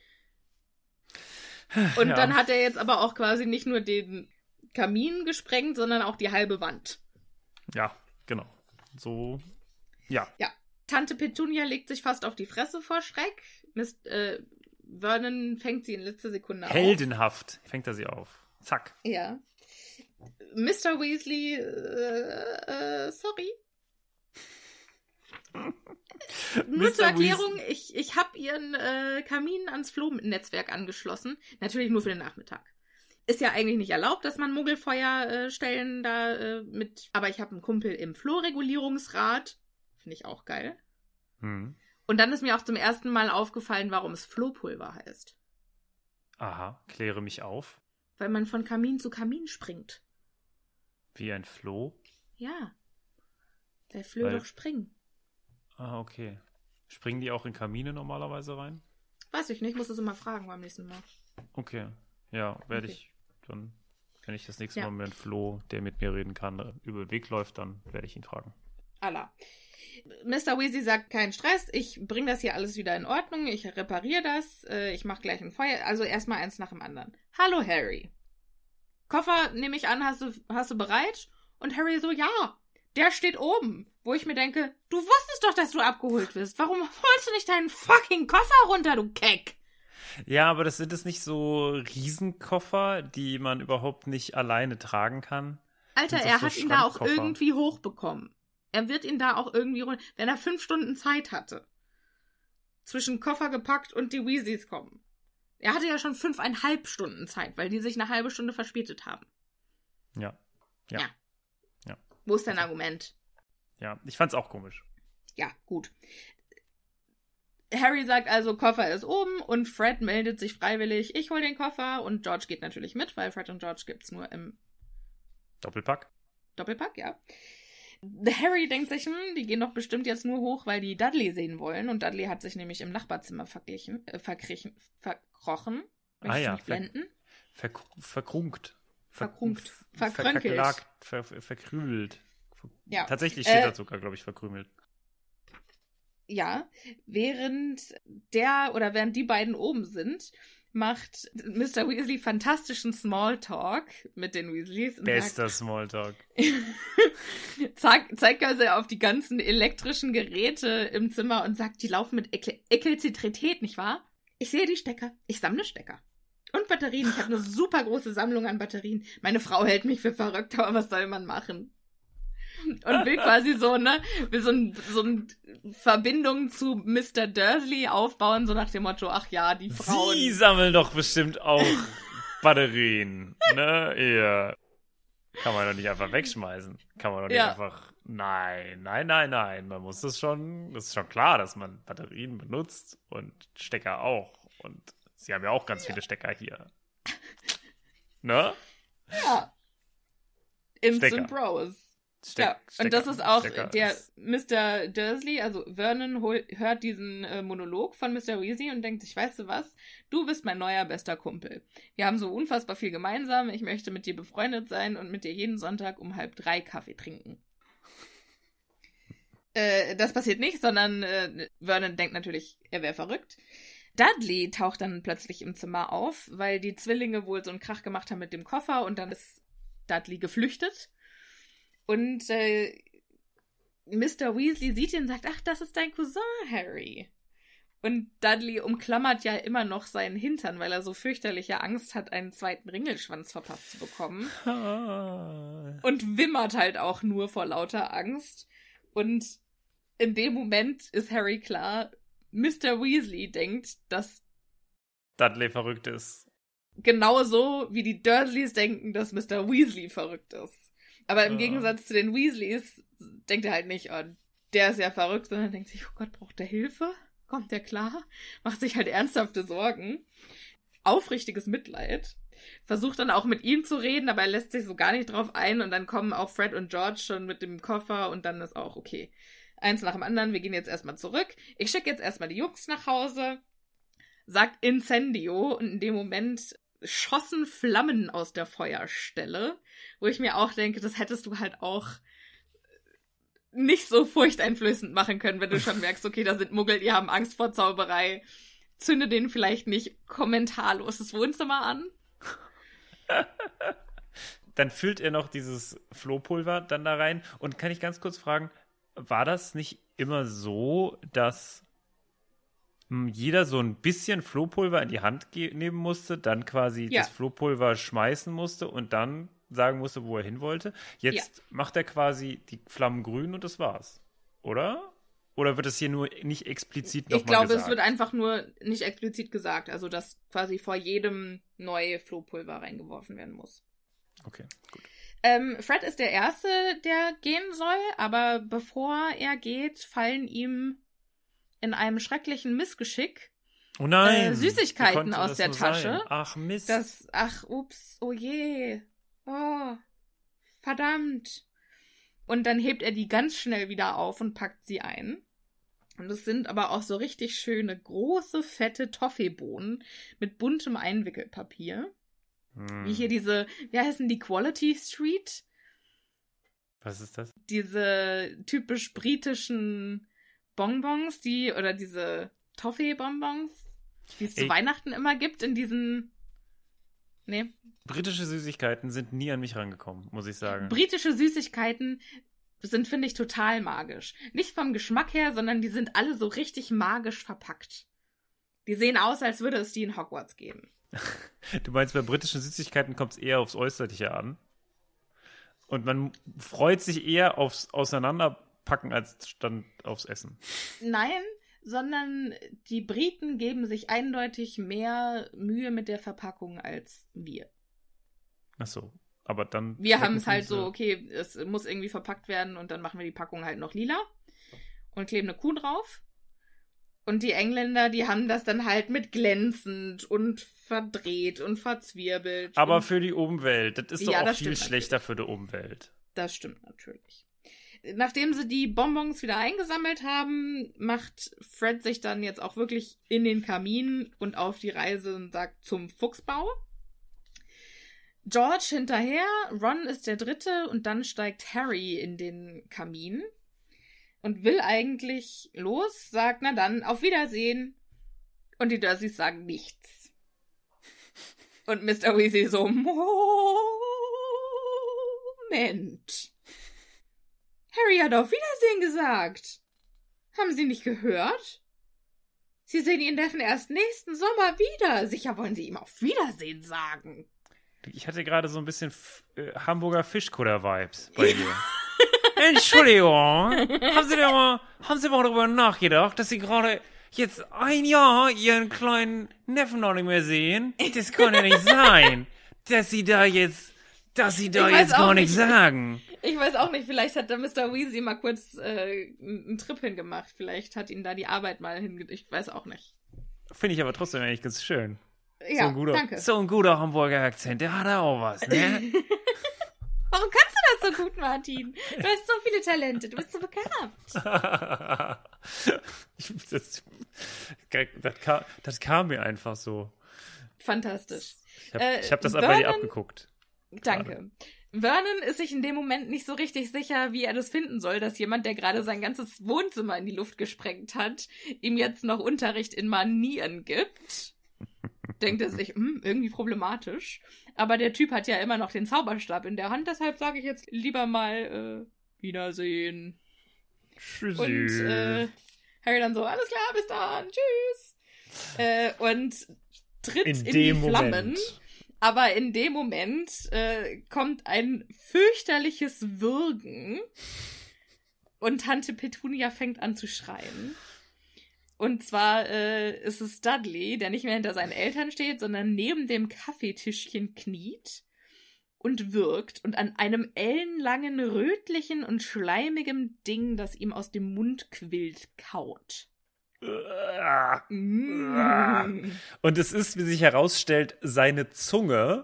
Und ja. dann hat er jetzt aber auch quasi nicht nur den Kamin gesprengt, sondern auch die halbe Wand. Ja, genau. So, ja. Ja, Tante Petunia legt sich fast auf die Fresse vor Schreck. Mist, äh, Vernon fängt sie in letzter Sekunde auf. Heldenhaft fängt er sie auf. Zack. Ja. Mister Weasley, äh, äh, sorry. Nur zur Erklärung, Weasley. ich, ich habe ihren äh, Kamin ans Flohnetzwerk angeschlossen. Natürlich nur für den Nachmittag. Ist ja eigentlich nicht erlaubt, dass man Muggelfeuerstellen äh, da äh, mit... Aber ich habe einen Kumpel im Flohregulierungsrat. Finde ich auch geil. Hm. Und dann ist mir auch zum ersten Mal aufgefallen, warum es Flohpulver heißt. Aha, kläre mich auf. Weil man von Kamin zu Kamin springt. Wie ein Floh? Ja. Weil Flöhe Weil... doch springen. Ah, okay. Springen die auch in Kamine normalerweise rein? Weiß ich nicht, muss es immer fragen beim nächsten Mal. Okay. Ja, werde okay. ich dann, wenn ich das nächste ja. Mal mit einem Flo, der mit mir reden kann, über den Weg läuft, dann werde ich ihn fragen. Allah. Mister Weasley sagt, kein Stress, ich bringe das hier alles wieder in Ordnung, ich repariere das, äh, ich mache gleich ein Feuer, also erstmal eins nach dem anderen. Hallo Harry. Koffer, nehme ich an, hast du, hast du bereit? Und Harry so, ja, der steht oben. Wo ich mir denke, du wusstest doch, dass du abgeholt wirst. Warum holst du nicht deinen fucking Koffer runter, du Keck? Ja, aber das sind es nicht so Riesenkoffer, die man überhaupt nicht alleine tragen kann. Alter, er so hat ihn da auch irgendwie hochbekommen. Er wird ihn da auch irgendwie runter, wenn er fünf Stunden Zeit hatte. Zwischen Koffer gepackt und die Weasleys kommen. Er hatte ja schon fünfeinhalb Stunden Zeit, weil die sich eine halbe Stunde verspätet haben. Ja. Ja. Ja. ja. Wo ist dein Argument? Ja, ich fand's auch komisch. Ja, gut. Harry sagt also, Koffer ist oben und Fred meldet sich freiwillig, ich hol den Koffer und George geht natürlich mit, weil Fred und George gibt's nur im Doppelpack. Doppelpack, ja. Harry denkt sich, hm, die gehen doch bestimmt jetzt nur hoch, weil die Dudley sehen wollen. Und Dudley hat sich nämlich im Nachbarzimmer verglichen, äh, verkriechen, verkrochen. Ah ja, nicht blenden. Ver verkrunkt. Verkrunkt. Ver Verkrönkelt. Ver ver verkrümelt. Ja. Tatsächlich steht äh, da sogar, glaube ich, verkrümelt. Ja, während der oder während die beiden oben sind, macht Mister Weasley fantastischen Smalltalk mit den Weasleys. Und Bester Smalltalk. Zeig, zeigt also auf die ganzen elektrischen Geräte im Zimmer und sagt, die laufen mit Ekel Ekelzitrität, nicht wahr? Ich sehe die Stecker. Ich sammle Stecker. Und Batterien. Ich habe eine super große Sammlung an Batterien. Meine Frau hält mich für verrückt, aber was soll man machen? Und will quasi so, ne, will so ein, so ein Verbindung zu Mister Dursley aufbauen, so nach dem Motto, ach ja, die Frauen. Sie sammeln doch bestimmt auch Batterien, ne? Ja. Kann man doch nicht einfach wegschmeißen. Kann man doch nicht Ja. einfach, nein, nein, nein, nein. Man muss das schon, das ist schon klar, dass man Batterien benutzt und Stecker auch. Und sie haben ja auch ganz Ja. viele Stecker hier. Ne? Ja. Instant Stecker. Bros. Steck, Ja, Stecker, und das ist auch Stecker der ist- Mister Dursley, also Vernon hol, hört diesen äh, Monolog von Mister Weasley und denkt sich, weißt du was, du bist mein neuer bester Kumpel. Wir haben so unfassbar viel gemeinsam, ich möchte mit dir befreundet sein und mit dir jeden Sonntag um halb drei Kaffee trinken. äh, das passiert nicht, sondern äh, Vernon denkt natürlich, er wäre verrückt. Dudley taucht dann plötzlich im Zimmer auf, weil die Zwillinge wohl so einen Krach gemacht haben mit dem Koffer und dann ist Dudley geflüchtet. Und äh, Mister Weasley sieht ihn und sagt, ach, das ist dein Cousin, Harry. Und Dudley umklammert ja immer noch seinen Hintern, weil er so fürchterliche Angst hat, einen zweiten Ringelschwanz verpasst zu bekommen. Und wimmert halt auch nur vor lauter Angst. Und in dem Moment ist Harry klar, Mister Weasley denkt, dass Dudley verrückt ist. genauso wie die Dursleys denken, dass Mister Weasley verrückt ist. Aber im Ja. Gegensatz zu den Weasleys denkt er halt nicht, oh, der ist ja verrückt, sondern denkt sich, oh Gott, braucht der Hilfe? Kommt der klar? Macht sich halt ernsthafte Sorgen. Aufrichtiges Mitleid. Versucht dann auch mit ihm zu reden, aber er lässt sich so gar nicht drauf ein und dann kommen auch Fred und George schon mit dem Koffer und dann ist auch okay. Eins nach dem anderen, wir gehen jetzt erstmal zurück. Ich schicke jetzt erstmal die Jungs nach Hause, sagt Incendio und in dem Moment schossen Flammen aus der Feuerstelle, wo ich mir auch denke, das hättest du halt auch nicht so furchteinflößend machen können, wenn du schon merkst, okay, da sind Muggel, die haben Angst vor Zauberei. Zünde denen vielleicht nicht kommentarlos das Wohnzimmer an. Dann füllt er noch dieses Flohpulver dann da rein. Und kann ich ganz kurz fragen, war das nicht immer so, dass hm, jeder so ein bisschen Flohpulver in die Hand nehmen musste, dann quasi Ja. das Flohpulver schmeißen musste und dann sagen musste, wo er hin wollte? Jetzt macht er quasi die Flammen grün und das war's. Oder? Oder wird es hier nur nicht explizit nochmal Ich glaube, gesagt? es wird einfach nur nicht explizit gesagt, also dass quasi vor jedem neue Flohpulver reingeworfen werden muss. Okay, gut. Ähm, Fred ist der Erste, der gehen soll, aber bevor er geht, fallen ihm in einem schrecklichen Missgeschick Oh nein! äh, Süßigkeiten Wie konnte aus das der nur Tasche. sein? Ach Mist. Das, ach, ups, oh je. Oh, verdammt. Und dann hebt er die ganz schnell wieder auf und packt sie ein. Und es sind aber auch so richtig schöne, große, fette Toffeebohnen mit buntem Einwickelpapier. Hm. Wie hier diese, wie heißen die, Quality Street? Was ist das? Diese typisch britischen Bonbons, die, oder diese Toffee-Bonbons, die es zu Ey. Weihnachten immer gibt in diesen, nee, Britische Süßigkeiten sind nie an mich rangekommen, muss ich sagen. britische Süßigkeiten sind, finde ich, total magisch. Nicht vom Geschmack her, sondern die sind alle so richtig magisch verpackt. Die sehen aus, als würde es die in Hogwarts geben. Du meinst, bei britischen Süßigkeiten kommt es eher aufs Äußerliche an. Und man freut sich eher aufs Auseinanderpacken als dann aufs Essen. Nein, sondern die Briten geben sich eindeutig mehr Mühe mit der Verpackung als wir. Ach so, aber dann... Wir haben es schmecken halt sie- so, okay, es muss irgendwie verpackt werden und dann machen wir die Packung halt noch lila und kleben eine Kuh drauf. Und die Engländer, die haben das dann halt mit glänzend und verdreht und verzwirbelt. Aber und für die Umwelt, das ist doch Ja, auch das viel stimmt schlechter für die Umwelt. das stimmt natürlich. nachdem sie die Bonbons wieder eingesammelt haben, macht Fred sich dann jetzt auch wirklich in den Kamin und auf die Reise und sagt zum Fuchsbau. George hinterher, Ron ist der Dritte und dann steigt Harry in den Kamin und will eigentlich los, sagt, na dann, auf Wiedersehen. Und die Dursleys sagen nichts. Und Mister Weasley so, Moment. Harry hat auf Wiedersehen gesagt. Haben Sie nicht gehört? Sie sehen ihn Neffen erst nächsten Sommer wieder. Sicher wollen Sie ihm auf Wiedersehen sagen. Ich hatte gerade so ein bisschen F- äh, Hamburger Fischkutter-Vibes bei dir. Entschuldigung, haben Sie denn mal, haben Sie mal darüber nachgedacht, dass Sie gerade jetzt ein Jahr Ihren kleinen Neffen noch nicht mehr sehen? Das kann ja nicht sein, dass Sie da jetzt, dass Sie da jetzt gar nichts sagen. Ich weiß auch nicht, vielleicht hat da Mister Weasley mal kurz äh, einen Trip hingemacht. Vielleicht hat ihn da die Arbeit mal hinge... Ich weiß auch nicht. Finde ich aber trotzdem eigentlich ganz schön. Ja, so ein guter, danke. So ein guter Hamburger Akzent, der hat auch was, ne? Warum kannst du das so gut, Martin? Du hast so viele Talente, du bist so begabt. ich, das, das, kam, das kam mir einfach so. Fantastisch. Ich habe äh, hab das Vernon, bei dir abgeguckt. Danke. Gerade. Vernon ist sich in dem Moment nicht so richtig sicher, wie er das finden soll, dass jemand, der gerade sein ganzes Wohnzimmer in die Luft gesprengt hat, ihm jetzt noch Unterricht in Manieren gibt. Denkt er sich, hm, irgendwie problematisch. Aber der Typ hat ja immer noch den Zauberstab in der Hand, deshalb sage ich jetzt lieber mal äh, Wiedersehen. Tschüssi. Und äh, Harry dann so, alles klar, bis dann, tschüss. Äh, und tritt in, in die Flammen. Moment. Aber in dem Moment äh, kommt ein fürchterliches Würgen und Tante Petunia fängt an zu schreien. Und zwar äh, ist es Dudley, der nicht mehr hinter seinen Eltern steht, sondern neben dem Kaffeetischchen kniet und wirkt und an einem ellenlangen, rötlichen und schleimigem Ding, das ihm aus dem Mund quillt, kaut. Mm. Und es ist, wie sich herausstellt, seine Zunge.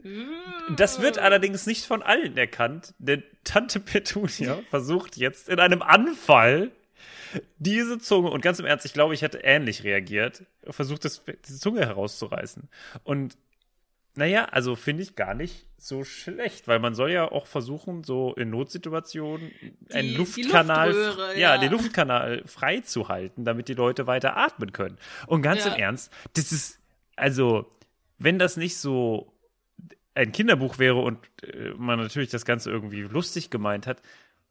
Das wird allerdings nicht von allen erkannt, denn Tante Petunia versucht jetzt in einem Anfall diese Zunge, und ganz im Ernst, ich glaube, ich hätte ähnlich reagiert, versucht, das, die Zunge herauszureißen. Und naja, also finde ich gar nicht so schlecht, weil man soll ja auch versuchen, so in Notsituationen einen Die- die Luftkanal, Luftröhre, ja, ja. den Luftkanal frei zu halten, damit die Leute weiter atmen können. Und ganz Ja. im Ernst, das ist, also, wenn das nicht so ein Kinderbuch wäre und äh, man natürlich das Ganze irgendwie lustig gemeint hat,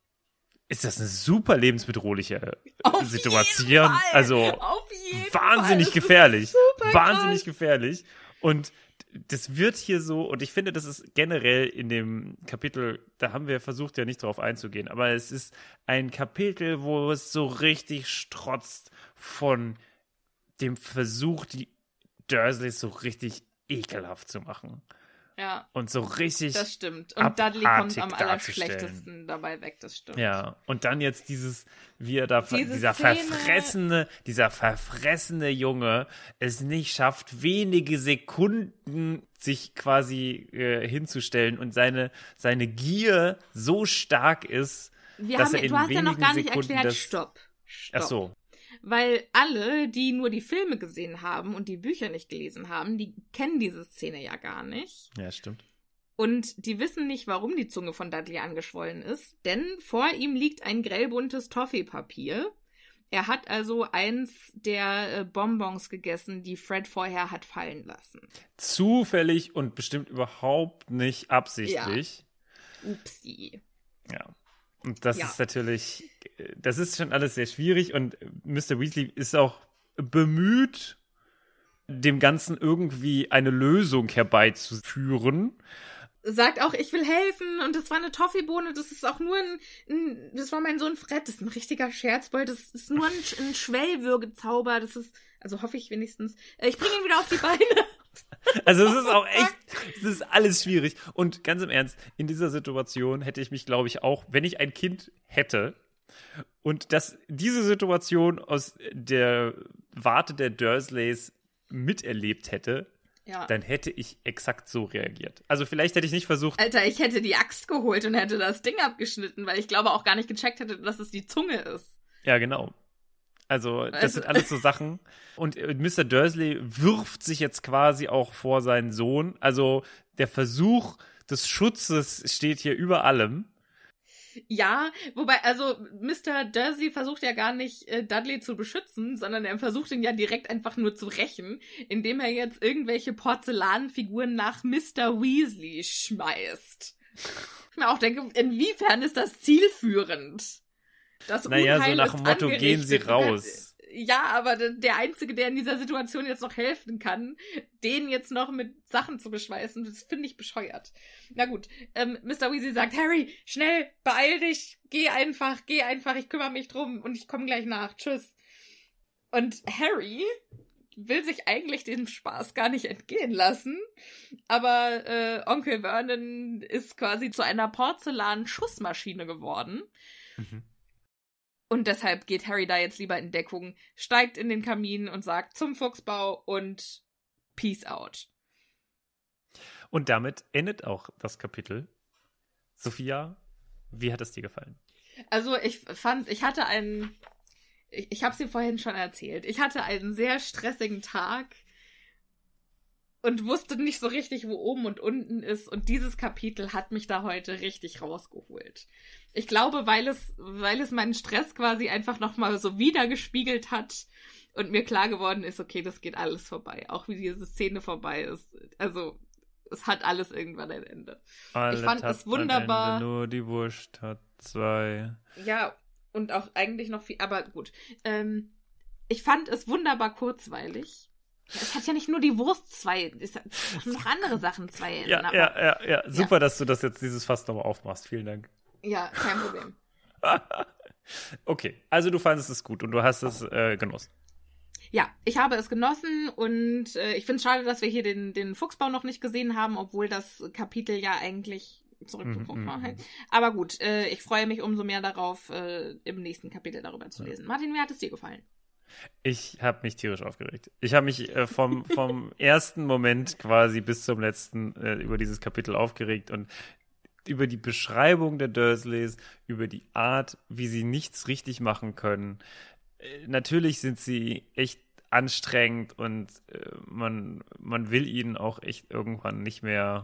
ist das eine super lebensbedrohliche Auf Situation. jeden Fall. Also Auf jeden wahnsinnig Fall. Das gefährlich. ist super Wahnsinnig krass. gefährlich. Und das wird hier so, und ich finde, das ist generell in dem Kapitel, da haben wir versucht ja nicht drauf einzugehen, aber es ist ein Kapitel, wo es so richtig strotzt von dem Versuch, die Dursleys so richtig ekelhaft zu machen. Ja, Und so richtig das stimmt. Und Dudley kommt abartig am darzustellen. allerschlechtesten dabei weg, das stimmt. Ja, und dann jetzt dieses, wie er da, Diese dieser Szene- verfressene, dieser verfressene Junge es nicht schafft, wenige Sekunden sich quasi äh, hinzustellen und seine, seine Gier so stark ist, Wir dass haben, er in du hast ja noch wenigen gar nicht Sekunden erklärt, das- stopp. Stopp. Ach so. Weil alle, die nur die Filme gesehen haben und die Bücher nicht gelesen haben, die kennen diese Szene ja gar nicht. Ja, stimmt. Und die wissen nicht, warum die Zunge von Dudley angeschwollen ist, denn vor ihm liegt ein grellbuntes Toffeepapier. Er hat also eins der äh, Bonbons gegessen, die Fred vorher hat fallen lassen. Zufällig und bestimmt überhaupt nicht absichtlich. Upsi. Ja. Und das Ja. ist natürlich, das ist schon alles sehr schwierig, und Mister Weasley ist auch bemüht, dem Ganzen irgendwie eine Lösung herbeizuführen. Sagt auch, ich will helfen und das war eine Toffeebohne, das ist auch nur ein, ein das war mein Sohn Fred, das ist ein richtiger Scherzbold, das ist nur ein, ein Schwellwürgezauber, das ist, also hoffe ich wenigstens, äh, ich bringe ihn wieder auf die Beine. Also es ist auch echt, es ist alles schwierig. Und ganz im Ernst, in dieser Situation hätte ich mich, glaube ich, auch, wenn ich ein Kind hätte und das diese Situation aus der Warte der Dursleys miterlebt hätte, Ja. dann hätte ich exakt so reagiert. Also vielleicht hätte ich nicht versucht... Alter, ich hätte die Axt geholt und hätte das Ding abgeschnitten, weil ich glaube auch gar nicht gecheckt hätte, dass es die Zunge ist. Ja, genau. Also das Also- sind alles so Sachen. Und äh, Mister Dursley wirft sich jetzt quasi auch vor seinen Sohn. Also der Versuch des Schutzes steht hier über allem. Ja, wobei, also Mister Dursley versucht ja gar nicht, äh, Dudley zu beschützen, sondern er versucht ihn ja direkt einfach nur zu rächen, indem er jetzt irgendwelche Porzellanfiguren nach Mister Weasley schmeißt. Ich mir auch denke, inwiefern ist das zielführend? Das Naja, so Unheil nach ist dem Motto, gehen Sie angerichtet. raus. Ja, aber der, der Einzige, der in dieser Situation jetzt noch helfen kann, den jetzt noch mit Sachen zu beschweißen, das finde ich bescheuert. Na gut, ähm, Mister Weasley sagt, Harry, schnell, beeil dich, geh einfach, geh einfach, ich kümmere mich drum und ich komme gleich nach, tschüss. Und Harry will sich eigentlich den Spaß gar nicht entgehen lassen, aber äh, Onkel Vernon ist quasi zu einer Porzellan-Schussmaschine geworden. Mhm. Und deshalb geht Harry da jetzt lieber in Deckung, steigt in den Kamin und sagt zum Fuchsbau und Peace out. Und damit endet auch das Kapitel. Sophia, wie hat es dir gefallen? Also ich fand, ich hatte einen, ich, ich habe es dir vorhin schon erzählt, ich hatte einen sehr stressigen Tag und wusste nicht so richtig, wo oben und unten ist. Und dieses Kapitel hat mich da heute richtig rausgeholt. Ich glaube, weil es, weil es meinen Stress quasi einfach nochmal so wiedergespiegelt hat und mir klar geworden ist, okay, das geht alles vorbei. Auch wie diese Szene vorbei ist. Also, es hat alles irgendwann ein Ende. Alle ich fand es wunderbar. Ende, nur die Wurst hat zwei. Ja, und auch eigentlich noch viel, aber gut. Ähm, ich fand es wunderbar kurzweilig. Es hat ja nicht nur die Wurst zwei, es hat noch andere Sachen zwei Enden. Ja, aber, ja, ja, ja. Super, Ja. dass du das jetzt dieses Fass nochmal aufmachst. Vielen Dank. ja, kein Problem. Okay, also du fandest es gut und du hast es äh, genossen. Ja, ich habe es genossen und äh, ich finde es schade, dass wir hier den, den Fuchsbau noch nicht gesehen haben, obwohl das Kapitel ja eigentlich zurück zum Mhm, Fuchsbau mhm. heißt. Aber gut, äh, ich freue mich umso mehr darauf, äh, im nächsten Kapitel darüber zu lesen. Martin, wie hat es dir gefallen? Ich habe mich tierisch aufgeregt. Ich habe mich äh, vom, vom ersten Moment quasi bis zum letzten äh, über dieses Kapitel aufgeregt und über die Beschreibung der Dursleys, über die Art, wie sie nichts richtig machen können. Äh, natürlich sind sie echt anstrengend und äh, man, man will ihnen auch echt irgendwann nicht mehr,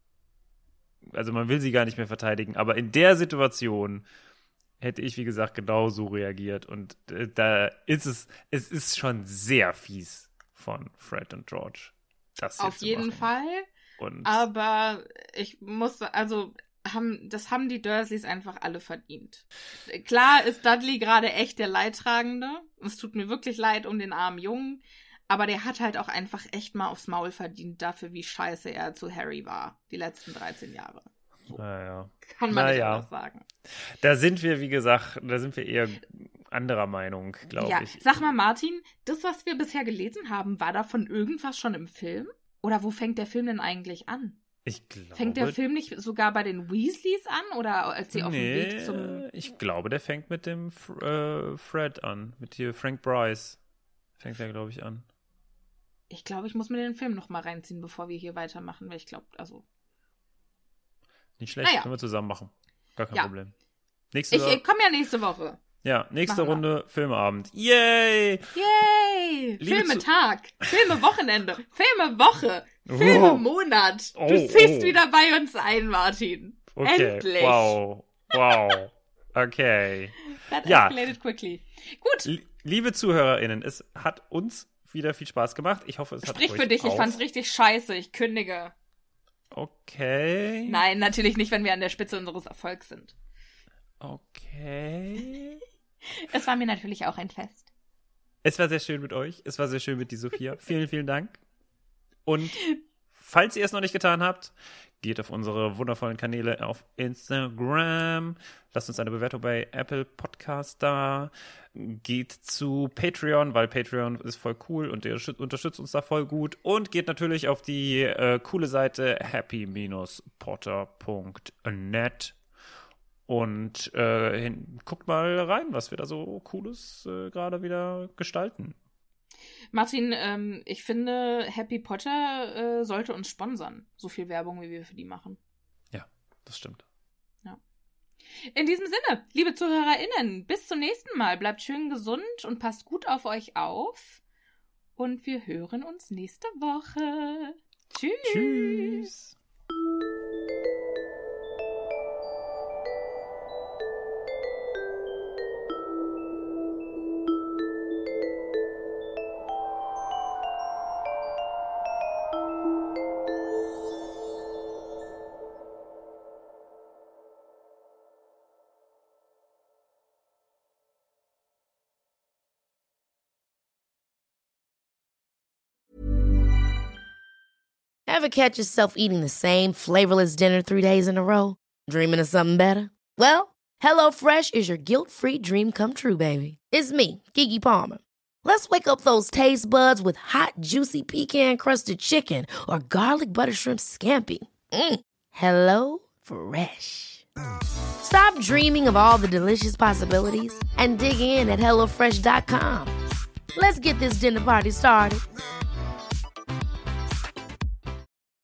also man will sie gar nicht mehr verteidigen, aber in der Situation hätte ich, wie gesagt, genauso reagiert. Und äh, da ist es, es ist schon sehr fies von Fred und George. Das hier Auf zu jeden machen. Fall. Und Aber ich muss, also, haben, das haben die Dursleys einfach alle verdient. Klar ist Dudley gerade echt der Leidtragende. Es tut mir wirklich leid um den armen Jungen. Aber der hat halt auch einfach echt mal aufs Maul verdient dafür, wie scheiße er zu Harry war. Die letzten dreizehn Jahre. naja. Kann man nicht Naja. anders sagen. Da sind wir, wie gesagt, da sind wir eher anderer Meinung, glaube Ja, ich. sag mal, Martin, das, was wir bisher gelesen haben, war davon irgendwas schon im Film? Oder wo fängt der Film denn eigentlich an? Ich glaube, Fängt der Film nicht sogar bei den Weasleys an? Oder als sie auf dem nee, Weg zum... ich glaube, der fängt mit dem F- äh, Fred an. Mit hier Frank Bryce. Fängt der, glaube ich, an. Ich glaube, ich muss mir den Film noch mal reinziehen, bevor wir hier weitermachen, weil ich glaube, also... Nicht schlecht, Naja. können wir zusammen machen. Gar kein Ja. Problem. Nächste Ich, Woche. ich komme ja nächste Woche. Ja, nächste Machen wir. Runde Filmeabend. Yay! Yay! Liebe Filmetag, Filmewochenende, Filmewoche, Oh. Filmemonat. Du Oh, ziehst oh. wieder bei uns ein, Martin. Okay. Endlich. Wow. Wow. Okay. That Ja. escalated quickly. Gut, L- Liebe ZuhörerInnen, es hat uns wieder viel Spaß gemacht. Ich hoffe, es hat sprich euch für dich. auch. Ich fand's richtig scheiße. Ich kündige. Okay. Nein, natürlich nicht, wenn wir an der Spitze unseres Erfolgs sind. Okay. Es war mir natürlich auch ein Fest. Es war sehr schön mit euch. Es war sehr schön mit dir, Sophia. Vielen, vielen Dank. Und falls ihr es noch nicht getan habt, geht auf unsere wundervollen Kanäle auf Instagram. Lasst uns eine Bewertung bei Apple Podcast da. Geht zu Patreon, weil Patreon ist voll cool und ihr schü- unterstützt uns da voll gut. Und geht natürlich auf die äh, coole Seite happy potter punkt net. Und äh, hin, guckt mal rein, was wir da so Cooles äh, gerade wieder gestalten. Martin, ähm, ich finde, Happy Potter äh, sollte uns sponsern. So viel Werbung, wie wir für die machen. Ja, das stimmt. Ja. In diesem Sinne, liebe ZuhörerInnen, bis zum nächsten Mal. Bleibt schön gesund und passt gut auf euch auf. Und wir hören uns nächste Woche. Tschüss. Tschüss. Ever catch yourself eating the same flavorless dinner three days in a row? Dreaming of something better? Well, HelloFresh is your guilt-free dream come true, baby. It's me, Keke Palmer. Let's wake up those taste buds with hot, juicy pecan-crusted chicken or garlic butter shrimp scampi. Mm. Hello Fresh. Stop dreaming of all the delicious possibilities and dig in at hello fresh dot com. Let's get this dinner party started.